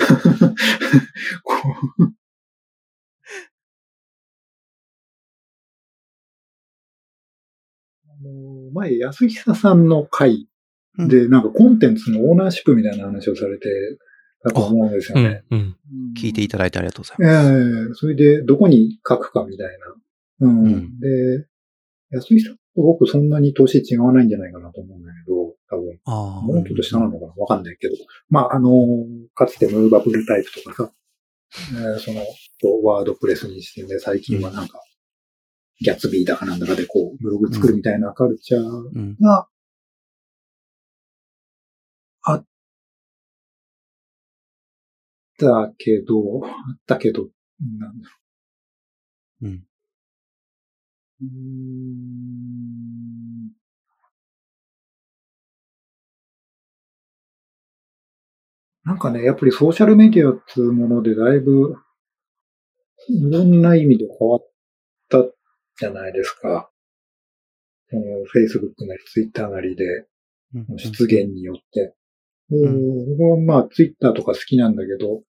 前、安久さんの回で、なんかコンテンツのオーナーシップみたいな話をされてたと思うんですよね。 聞いていただいてありがとうございます。それで、どこに書くかみたいな。で、安久さんと僕そんなに年違わないんじゃないかなと思うんだけど、多分。もうちょっと下なのかなわかんないけど。まあ、かつてムーバブルタイプとかさ、ワードプレスにしてね、最近はなんか、ギャッツビーだかなんだかでブログ作るみたいなカルチャーが、あったけど、なんだろう。なんかね、やっぱりソーシャルメディアっていうものでだいぶ、いろんな意味で変わったじゃないですか。Facebook なり Twitter なりで、出現によって。僕はまあ Twitter とか好きなんだけど、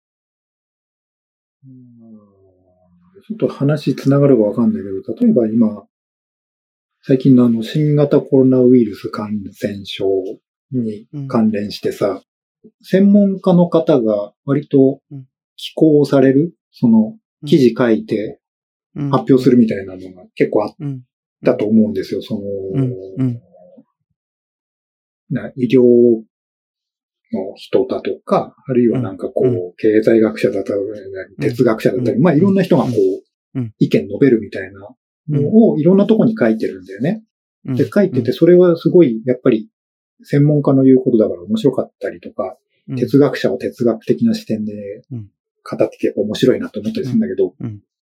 ちょっと話つながるかわかんないけど、例えば今、最近の新型コロナウイルス感染症に関連してさ、専門家の方が割と寄稿される、記事書いて発表するみたいなのが結構あったと思うんですよ。医療の人だとか、あるいはなんか経済学者だったり、哲学者だったり、まあいろんな人が意見述べるみたいなのをいろんなとこに書いてるんだよね。で、書いてて、それはすごい、やっぱり専門家の言うことだから面白かったりとか、哲学者は哲学的な視点で語って結構面白いなと思ったりするんだけど、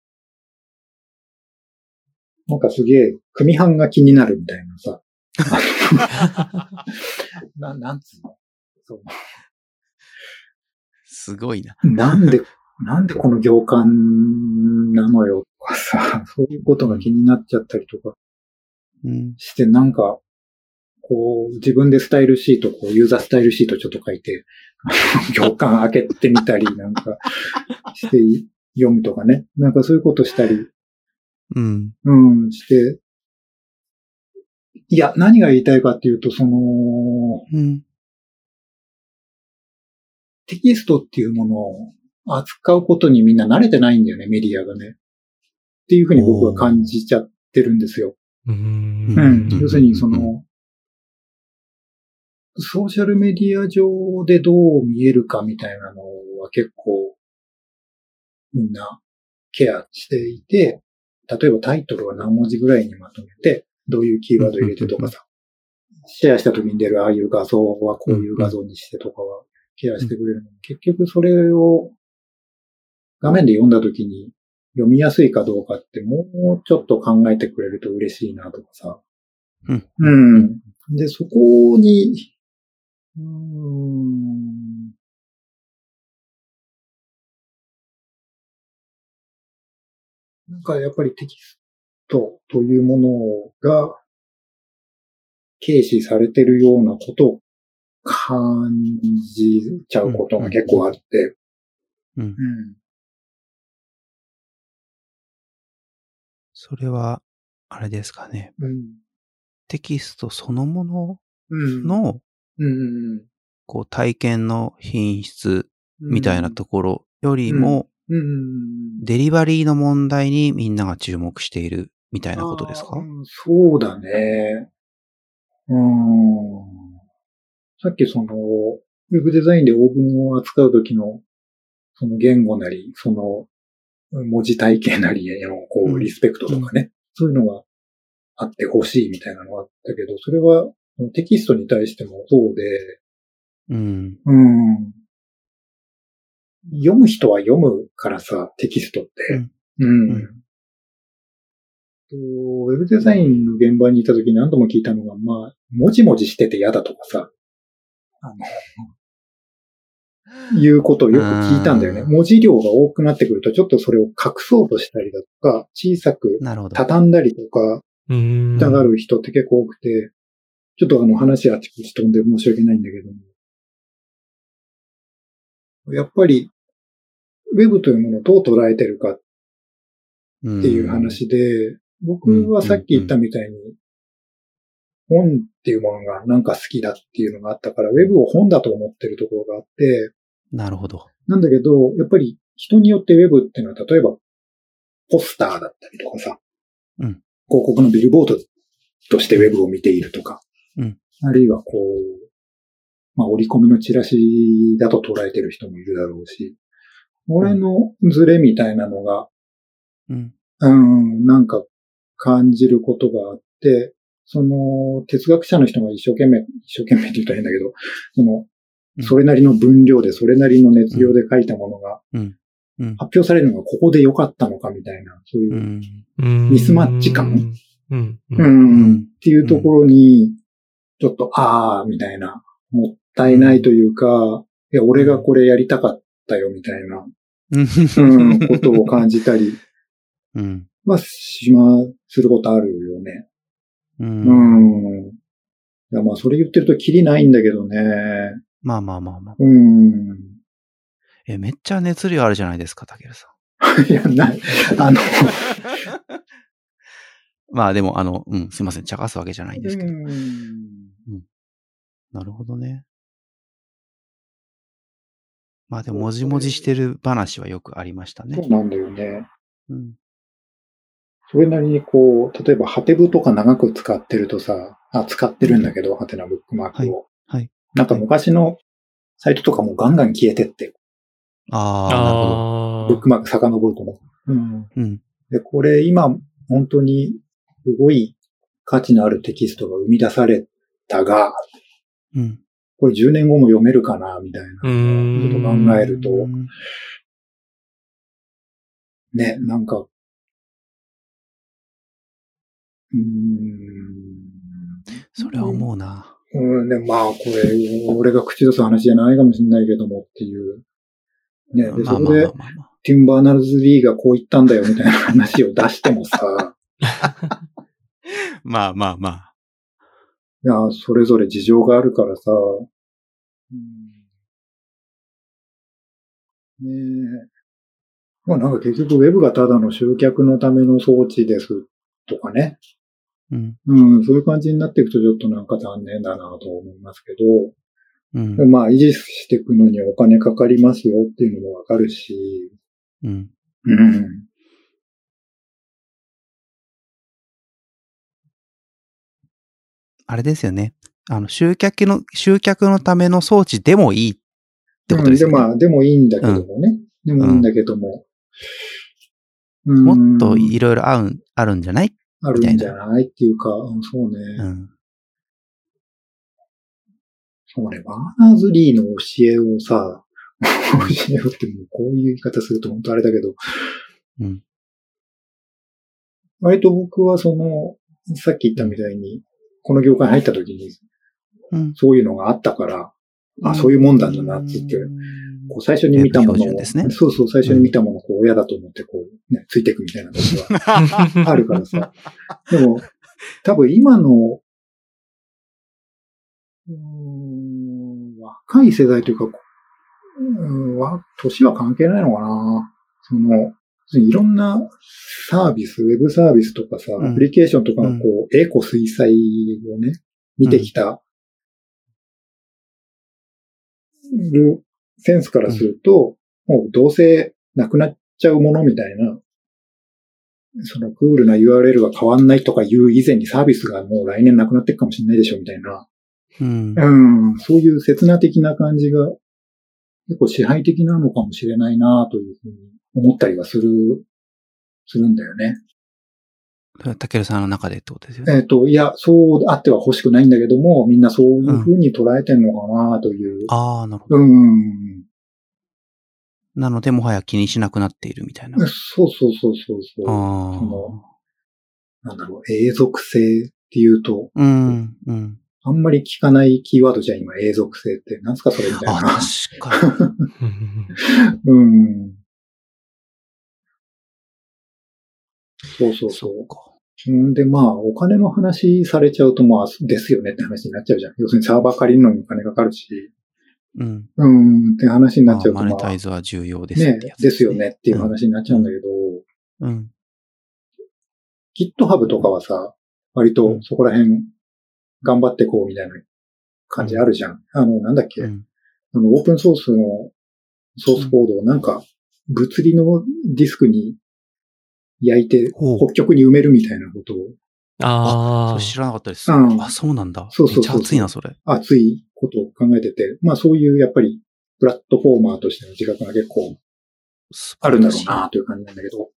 なんかすげえ、組版が気になるみたいなさ。なんつうのそうすごいな。 なんでこの行間なのよとかさ、そういうことが気になっちゃったりとかして、なんか、自分でスタイルシート、ユーザースタイルシートちょっと書いて、行間開けてみたりなんかして読むとかね。なんかそういうことしたり、して、いや、何が言いたいかっていうと、テキストっていうものを扱うことにみんな慣れてないんだよね、メディアがね。っていうふうに僕は感じちゃってるんですよ。要するにソーシャルメディア上でどう見えるかみたいなのは結構みんなケアしていて、例えばタイトルは何文字ぐらいにまとめて、どういうキーワード入れてとかさ、シェアした時に出るああいう画像はこういう画像にしてとかはケアしてくれるのに、結局それを画面で読んだ時に読みやすいかどうかってもうちょっと考えてくれると嬉しいなとかさ。で、そこに、なんかやっぱりテキストというものが軽視されてるようなことを感じちゃうことが結構あって。 それは、あれですかね。テキストそのものの、こう体験の品質みたいなところよりも、デリバリーの問題にみんなが注目しているみたいなことですか？ そうだね。さっきその、ウェブデザインでオーブンを扱うときの、その言語なり、その文字体系なりへのこうリスペクトとかね、そういうのがあってほしいみたいなのがあったけど、それはテキストに対してもそうで、読む人は読むからさ、テキストって。ウェブデザインの現場にいたときに何度も聞いたのが、まあ、もじもじしてて嫌だとかさ、いうことをよく聞いたんだよね。文字量が多くなってくると、ちょっとそれを隠そうとしたりだとか、小さく畳んだりとか、したがる人って結構多くて、ちょっと話あちこち飛んで申し訳ないんだけども、やっぱり、ウェブというものをどう捉えてるかっていう話で、僕はさっき言ったみたいに、本っていうものがなんか好きだっていうのがあったから、ウェブを本だと思ってるところがあって、 なるほど。 なんだけど、やっぱり人によってウェブっていうのは、例えば、ポスターだったりとかさ、広告のビルボードとしてウェブを見ているとか、あるいはこう、まあ折り込みのチラシだと捉えてる人もいるだろうし、俺のズレみたいなのが、なんか感じることがあって、その哲学者の人が一生懸命って言うと変だけど、それなりの分量で、それなりの熱量で書いたものが、発表されるのがここで良かったのかみたいな、そういうミスマッチ感っていうところに、ちょっと、みたいな、もったいないというか、いや、俺がこれやりたかったよみたいな、ことを感じたり、することあるよね。いや、まあ、それ言ってるとキリないんだけどね。 まあ。めっちゃ熱量あるじゃないですか、たけるさん。いや、 まあでも、すいません、茶化すわけじゃないんですけど。なるほどね。まあでも、もじもじしてる話はよくありましたね。 そうなんだよね。それなりにこう、例えば、ハテブとか長く使ってるとさ、使ってるんだけど、ハテナブックマークを。なんか昔のサイトとかもガンガン消えてって。 なるほど。ブックマーク遡ると思う。で、これ今、本当にすごい価値のあるテキストが生み出されたが、これ10年後も読めるかな、みたいなことを考えると、ね、なんか、 それは思うな。 ね、まあ、これ、俺が口出す話じゃないかもしれないけどもっていう。ね、で、そこで、ティム・バーナルズ・リーがこう言ったんだよみたいな話を出してもさ。 まあ。 いや、それぞれ事情があるからさ。ねえ。まあなんか結局ウェブがただの集客のための装置ですとかね。そういう感じになっていくとちょっとなんか残念だなと思いますけど、まあ維持していくのにはお金かかりますよっていうのもわかるし、 あれですよね。集客のための装置でもいいってことですよね。 でもいいんだけどもね。でもいいんだけども。 もっといろいろあるんじゃないあるんじゃないっていうか、そうね。そうね、バーナーズ・リーの教えをさ、教えをってもうこういう言い方すると本当あれだけど、 割と僕はさっき言ったみたいに、この業界入った時に、そういうのがあったから、そういうもんだんだなって言って、最初に見たものを、ね、最初に見たものを親だと思ってね、ついていくみたいなことがあるからさ。でも、多分今の、若い世代というか、年は関係ないのかな。いろんなサービス、ウェブサービスとかさ、アプリケーションとかのエコ水彩をね、見てきた、センスからすると、もうどうせなくなっちゃうものみたいな、クールな URL が変わんないとかいう以前にサービスがもう来年なくなっていくかもしれないでしょみたいな、そういう刹那的な感じが結構支配的なのかもしれないなというふうに思ったりはするんだよね。 たけるさんの中でってことですよね。 いや、そうあっては欲しくないんだけども、みんなそういうふうに捉えてんのかなという。 ああ、なるほど。なので、もはや気にしなくなっているみたいな。 そう。なんだろう、永続性っていうと、あんまり聞かないキーワードじゃん、今、永続性って。なんすか、それみたいな。 確かに。そう。で、お金の話されちゃうと、ですよねって話になっちゃうじゃん。要するにサーバー借りるのにお金かかるし。って話になっちゃうと。 マネタイズは重要ですね。 ですよねっていう話になっちゃうんだけど。GitHub とかはさ、割とそこら辺頑張ってこうみたいな感じあるじゃん。なんだっけ。オープンソースのソースコードをなんか、物理のディスクに焼いて、北極に埋めるみたいなことを。 それ知らなかったです。そうなんだ。 そう。 めっちゃ熱いな、それ。 熱いことを考えてて、そういうやっぱり、プラットフォーマーとしての自覚が結構、あるんだろうなという感じなんだけど。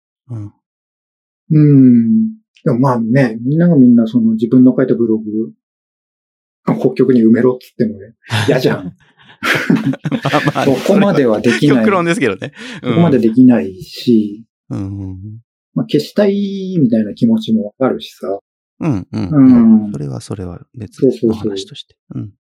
でもみんながみんな自分の書いたブログ、北極に埋めろって言ってもね、嫌じゃん。そこまではできない。 極論ですけどね。 そこまでできないし、消したいみたいな気持ちもわかるしさ。 それは別の話として。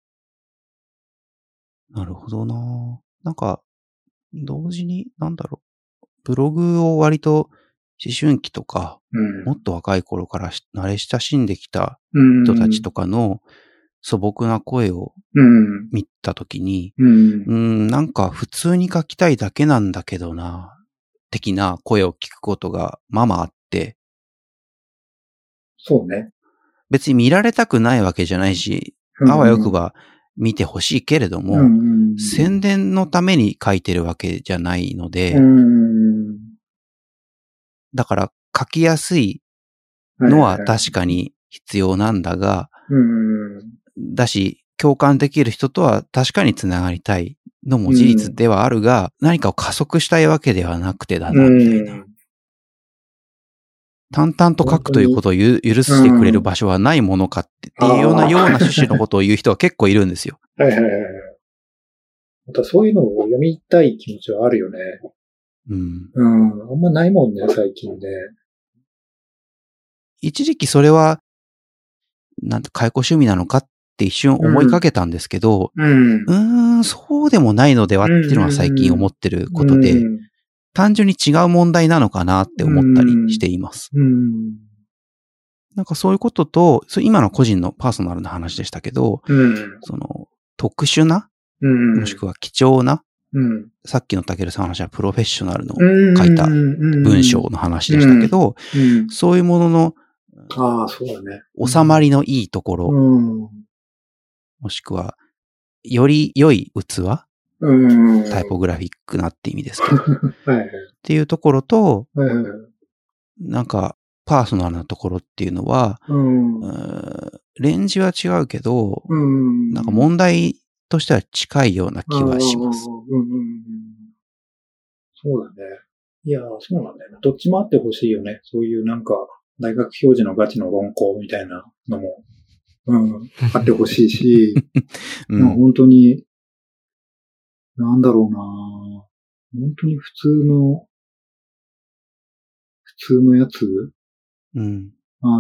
なるほどな。なんか、同時に、ブログを割と思春期とか、もっと若い頃から慣れ親しんできた人たちとかの素朴な声を見たときに、なんか普通に書きたいだけなんだけどな、的な声を聞くことがあって。 そうね。 別に見られたくないわけじゃないし、あわよくば見てほしいけれども、宣伝のために書いてるわけじゃないので、だから書きやすいのは確かに必要なんだが、だし、共感できる人とは確かにつながりたいのも事実ではあるが、何かを加速したいわけではなくてだな、みたいな。淡々と書くということを許してくれる場所はないものかっていうような趣旨のことを言う人は結構いるんですよ。 またそういうのを読みたい気持ちはあるよね。あんまないもんね、最近ね。 一時期それは、解雇趣味なのかって一瞬思いかけたんですけど、そうでもないのではっていうのは最近思ってることで、単純に違う問題なのかなって思ったりしています。なんかそういうことと、今の個人のパーソナルな話でしたけど、特殊な、もしくは貴重な、さっきのたけるさんの話はプロフェッショナルの書いた文章の話でしたけど、そういうものの、 そうだね。 収まりのいいところ、もしくは、より良い器、タイポグラフィックなって意味ですけど、っていうところと、なんか、パーソナルなところっていうのは、レンジは違うけど、なんか問題としては近いような気はします。 そうだね。いや、そうなんだよね。どっちもあってほしいよね。そういうなんか、大学教授のガチの論考みたいなのも、あってほしいし、本当に、なんだろうな本当に普通のやつうん。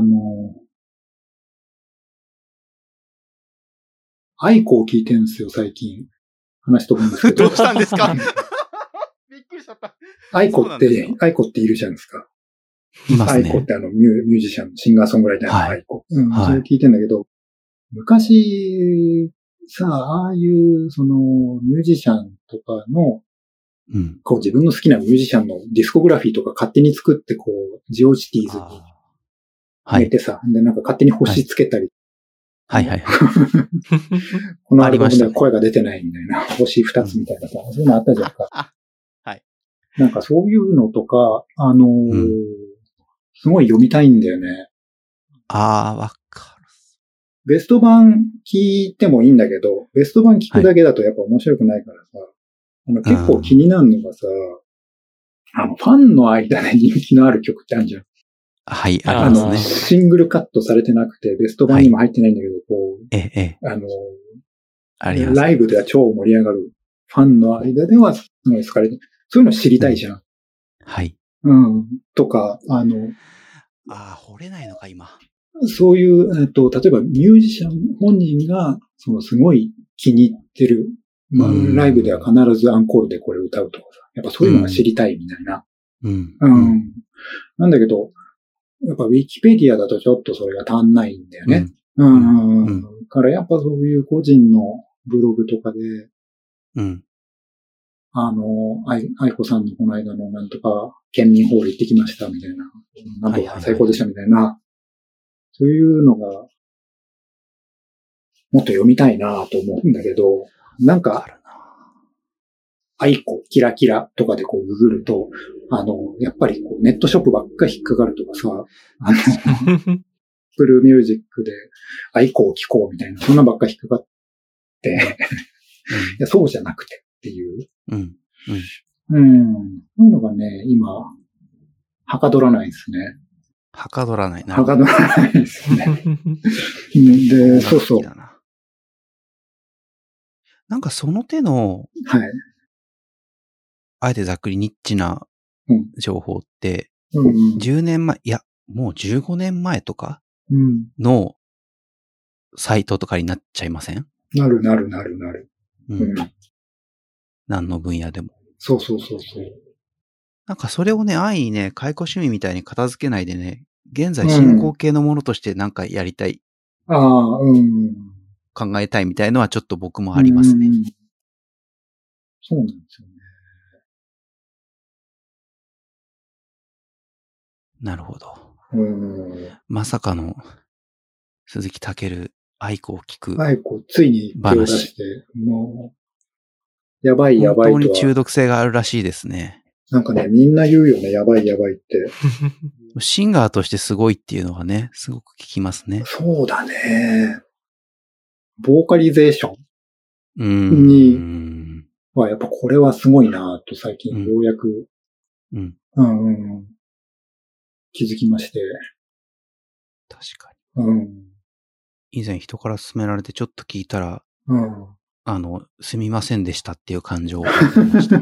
アイコを聞いてるんですよ、最近。話飛ぶんですけど。どうしたんですかびっくりしちゃった。 アイコっているじゃないですか。 いますね。 アイコってミュージシャン、シンガーソングライターのアイコ。 はい。 それ聞いてんだけど、昔、さあ、ああいう、ミュージシャンとかの、こう自分の好きなミュージシャンのディスコグラフィーとか勝手に作って、こう、ジオシティーズに入れてさ、で、なんか勝手に星つけたり。 はいはい。 このアルバムでは声が出てないみたいな、星2つみたいなさ、そういうのあったじゃんか。 はい。 なんかそういうのとか、すごい読みたいんだよね。 わかる。 ベスト版聞いてもいいんだけど、ベスト版聞くだけだとやっぱ面白くないからさ、結構気になるのがさ、ファンの間で人気のある曲ってあるじゃん。 はい、ありますね。 シングルカットされてなくて、ベスト版にも入ってないんだけど、こう、ライブでは超盛り上がる。ファンの間ではすごい好かれて、そういうの知りたいじゃん。 はい。 とか、 掘れないのか、今。 そういう、例えばミュージシャン本人が、すごい気に入ってる。ライブでは必ずアンコールでこれ歌うとかさ。やっぱそういうのが知りたいみたいな。なんだけど、やっぱウィキペディアだとちょっとそれが足んないんだよね。からやっぱそういう個人のブログとかで、愛子さんのこの間のなんとか、県民ホール行ってきましたみたいな。なんとか最高でしたみたいな。そういうのが、もっと読みたいなと思うんだけど、なんか、愛子、キラキラとかでこうググると、やっぱりこうネットショップばっかり引っかかるとかさ、Apple Music で愛子を聴こうみたいな、そんなばっかり引っかかって、いや、そうじゃなくてっていう。そういうのがね、今、はかどらないですね。 はかどらないな。 はかどらないですね。で、そうそう。 なんかその手の、 はい。 あえてざっくりニッチな情報って、10年前、いや、もう15年前とかのサイトとかになっちゃいません？ なる。 何の分野でも。 そう。 なんかそれをね、安易にね、解雇趣味みたいに片付けないでね、現在進行形のものとしてなんかやりたい。考えたいみたいのはちょっと僕もありますね。 そうなんですよね。 なるほど。まさかの鈴木健、愛子を聞く話。 愛子、ついに手を出して、もう、やばいとは。 本当に中毒性があるらしいですね。 なんかね、みんな言うよね、やばいって。 シンガーとしてすごいっていうのはね、すごく聞きますね。 そうだね。ボーカリゼーションにはやっぱこれはすごいなと最近ようやく、気づきまして。 確かに。以前人から勧められてちょっと聞いたら、すみませんでしたっていう感情を覚えました。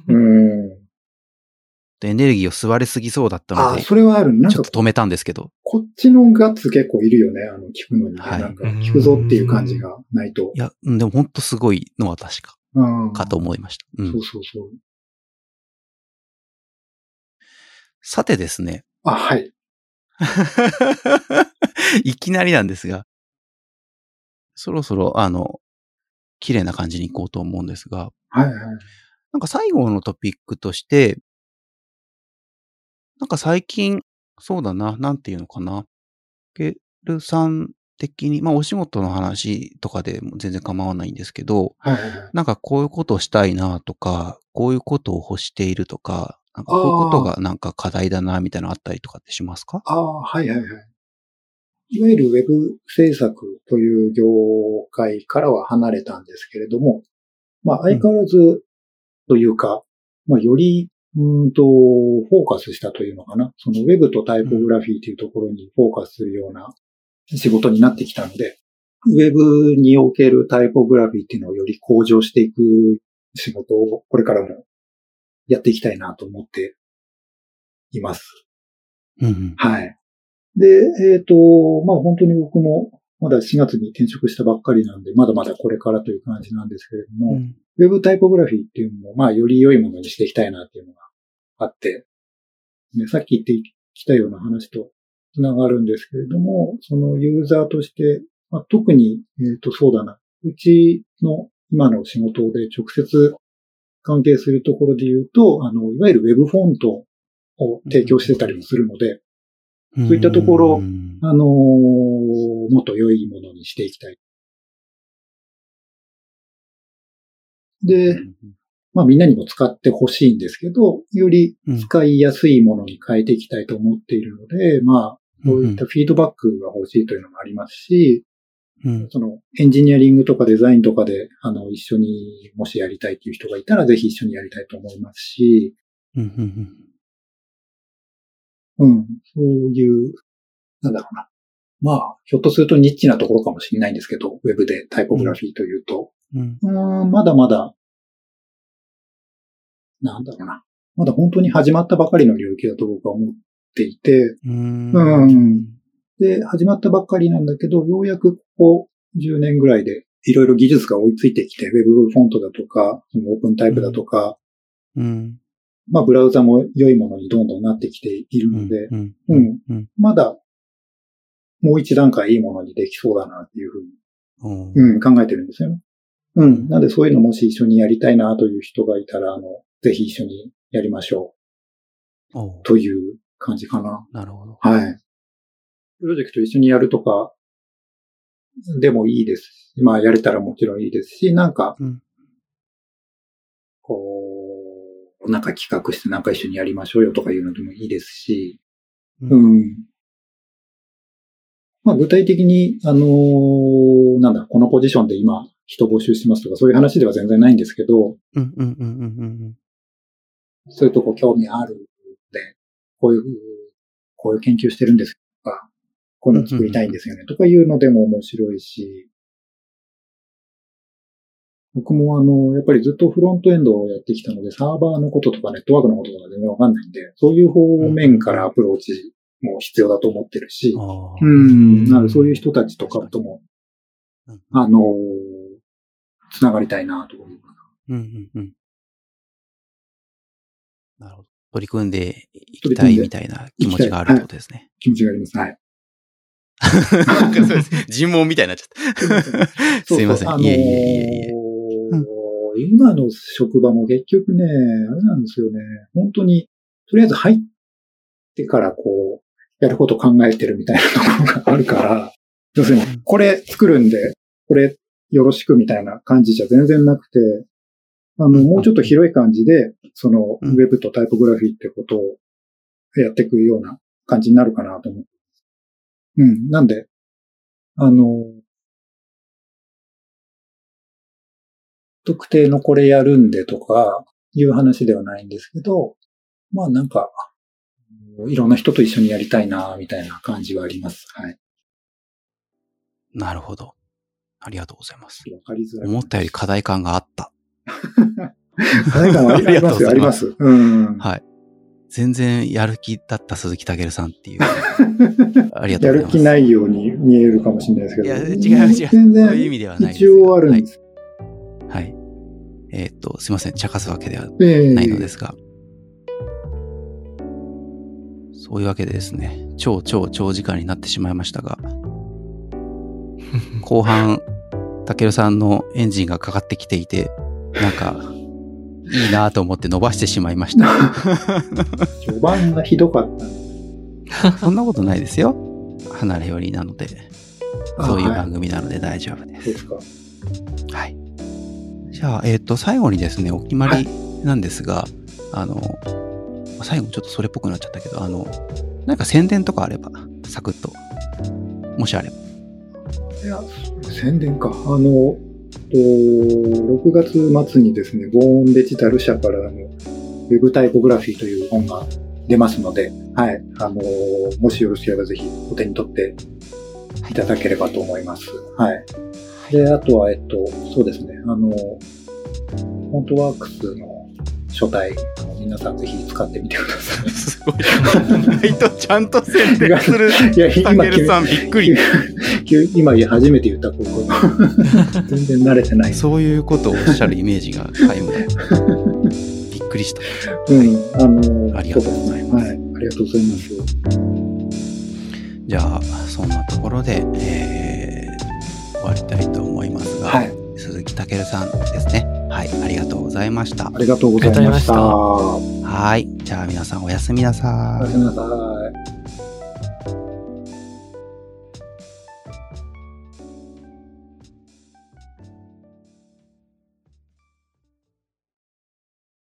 エネルギーを吸われすぎそうだったので、 それはある。 なんかちょっと止めたんですけど。 こっちのガッツ結構いるよね、聞くのにね。なんか聞くぞっていう感じがないと。 いや、でも本当すごいのは確か。かと思いました。 そう。 さてですね。 はい。 いきなりなんですが、そろそろ綺麗な感じに行こうと思うんですが、なんか最後のトピックとして、なんか最近、そうだな、なんていうのかな。ケルさん的に、お仕事の話とかでも全然構わないんですけど、なんかこういうことをしたいなとか、こういうことを欲しているとか、なんかこういうことがなんか課題だなみたいなのあったりとかってしますか？ はい。いわゆるウェブ制作という業界からは離れたんですけれども、相変わらずというか、よりフォーカスしたというのかな。そのウェブとタイポグラフィーというところにフォーカスするような仕事になってきたので、ウェブにおけるタイポグラフィーっていうのをより向上していく仕事をこれからもやっていきたいなと思っています。はい。 で、まあ本当に僕もまだ4月に転職したばっかりなんで、まだまだこれからという感じなんですけれども、ウェブタイポグラフィーっていうのも、まあより良いものにしていきたいなっていうのがあって、ね、さっき言ってきたような話とつながるんですけれども、そのユーザーとして、まあ、特に、そうだな、うちの今の仕事で直接関係するところで言うと、いわゆるウェブフォントを提供してたりもするので、そういったところ、もっと良いものにしていきたい。で、まあみんなにも使ってほしいんですけど、より使いやすいものに変えていきたいと思っているので、まあ、そういったフィードバックが欲しいというのもありますし、そのエンジニアリングとかデザインとかで、一緒にもしやりたいという人がいたら、ぜひ一緒にやりたいと思いますし、そういう、なんだろうな。まあ、ひょっとするとニッチなところかもしれないんですけど、ウェブでタイポグラフィーというと、まだまだ、なんだろうな。まだ本当に始まったばかりの領域だと僕は思っていて、で、始まったばっかりなんだけど、ようやくここ10年ぐらいでいろいろ技術が追いついてきて、ウェブフォントだとか、オープンタイプだとか、まあ、ブラウザも良いものにどんどんなってきているので、まだもう一段階いいものにできそうだなっていうふうに、考えてるんですよね。なんでそういうのもし一緒にやりたいなという人がいたら、ぜひ一緒にやりましょう。という感じかな。 なるほど。 はい。プロジェクト一緒にやるとかでもいいです。まあやれたらもちろんいいですし、なんか、なんか企画してなんか一緒にやりましょうよとかいうのでもいいですし、まあ具体的に、なんだ、このポジションで今人募集してますとかそういう話では全然ないんですけど、そういうとこ興味あるんで、こういう研究してるんですとか、こういうの作りたいんですよねとかいうのでも面白いし、僕もやっぱりずっとフロントエンドをやってきたので、サーバーのこととかネットワークのこととか全然わかんないんで、そういう方面からアプローチも必要だと思ってるし、なのでそういう人たちとかとも、つながりたいなと思うかな。 なるほど。取り組んでいきたいみたいな気持ちがあるってことですね。 気持ちがあります。はい。 そうです。尋問みたいになっちゃった。すいません。いえ。 今の職場も結局ね、あれなんですよね。本当に、とりあえず入ってからやること考えてるみたいなところがあるから、要するに、これ作るんで、これよろしくみたいな感じじゃ全然なくて、もうちょっと広い感じで、その、ウェブとタイポグラフィーってことをやっていくような感じになるかなと思う。なんで、特定のこれやるんでとかいう話ではないんですけど、まあなんか、いろんな人と一緒にやりたいなみたいな感じはあります。はい。 なるほど。ありがとうございます。 わかりづらい。 思ったより課題感があった。 課題感はありますよ、あります。 はい。全然やる気だった鈴木健さんっていう。ありがとうございます。 やる気ないように見えるかもしれないですけど。 いや、違う。全然そういう意味ではないです。 一応あるんです。 はい。すいません。茶化すわけではないのですが。そういうわけでですね、超長時間になってしまいましたが、後半、健さんのエンジンがかかってきていて、なんか、いいなと思って伸ばしてしまいました。 序盤がひどかった。 そんなことないですよ。離れ寄りなので。そういう番組なので大丈夫です。 そうですか。 はい。じゃあ、最後にですね、お決まりなんですが、最後ちょっとそれっぽくなっちゃったけど、なんか宣伝とかあれば、サクッと、もしあれば。 いや、宣伝か。6月末にですね、ゴーンデジタル社からウェブタイポグラフィーという本が出ますので、はい、もしよろしければぜひお手に取っていただければと思います。はい。で、あとは、そうですね、フォントワークスの書体、皆さんぜひ使ってみてください。 すごい。ちゃんと宣伝する。いや、今、さんびっくり。 今初めて言ったこと。全然慣れてない。 そういうことをおっしゃるイメージが皆無だ。びっくりした。 ありがとうございます。はい、ありがとうございます。 じゃあ、そんなところで、終わりたいと思いますが、はい、鈴木健さんですね。はい、ありがとうございました。 ありがとうございました。 はい、じゃあ皆さんおやすみなさい。 おやすみなさい。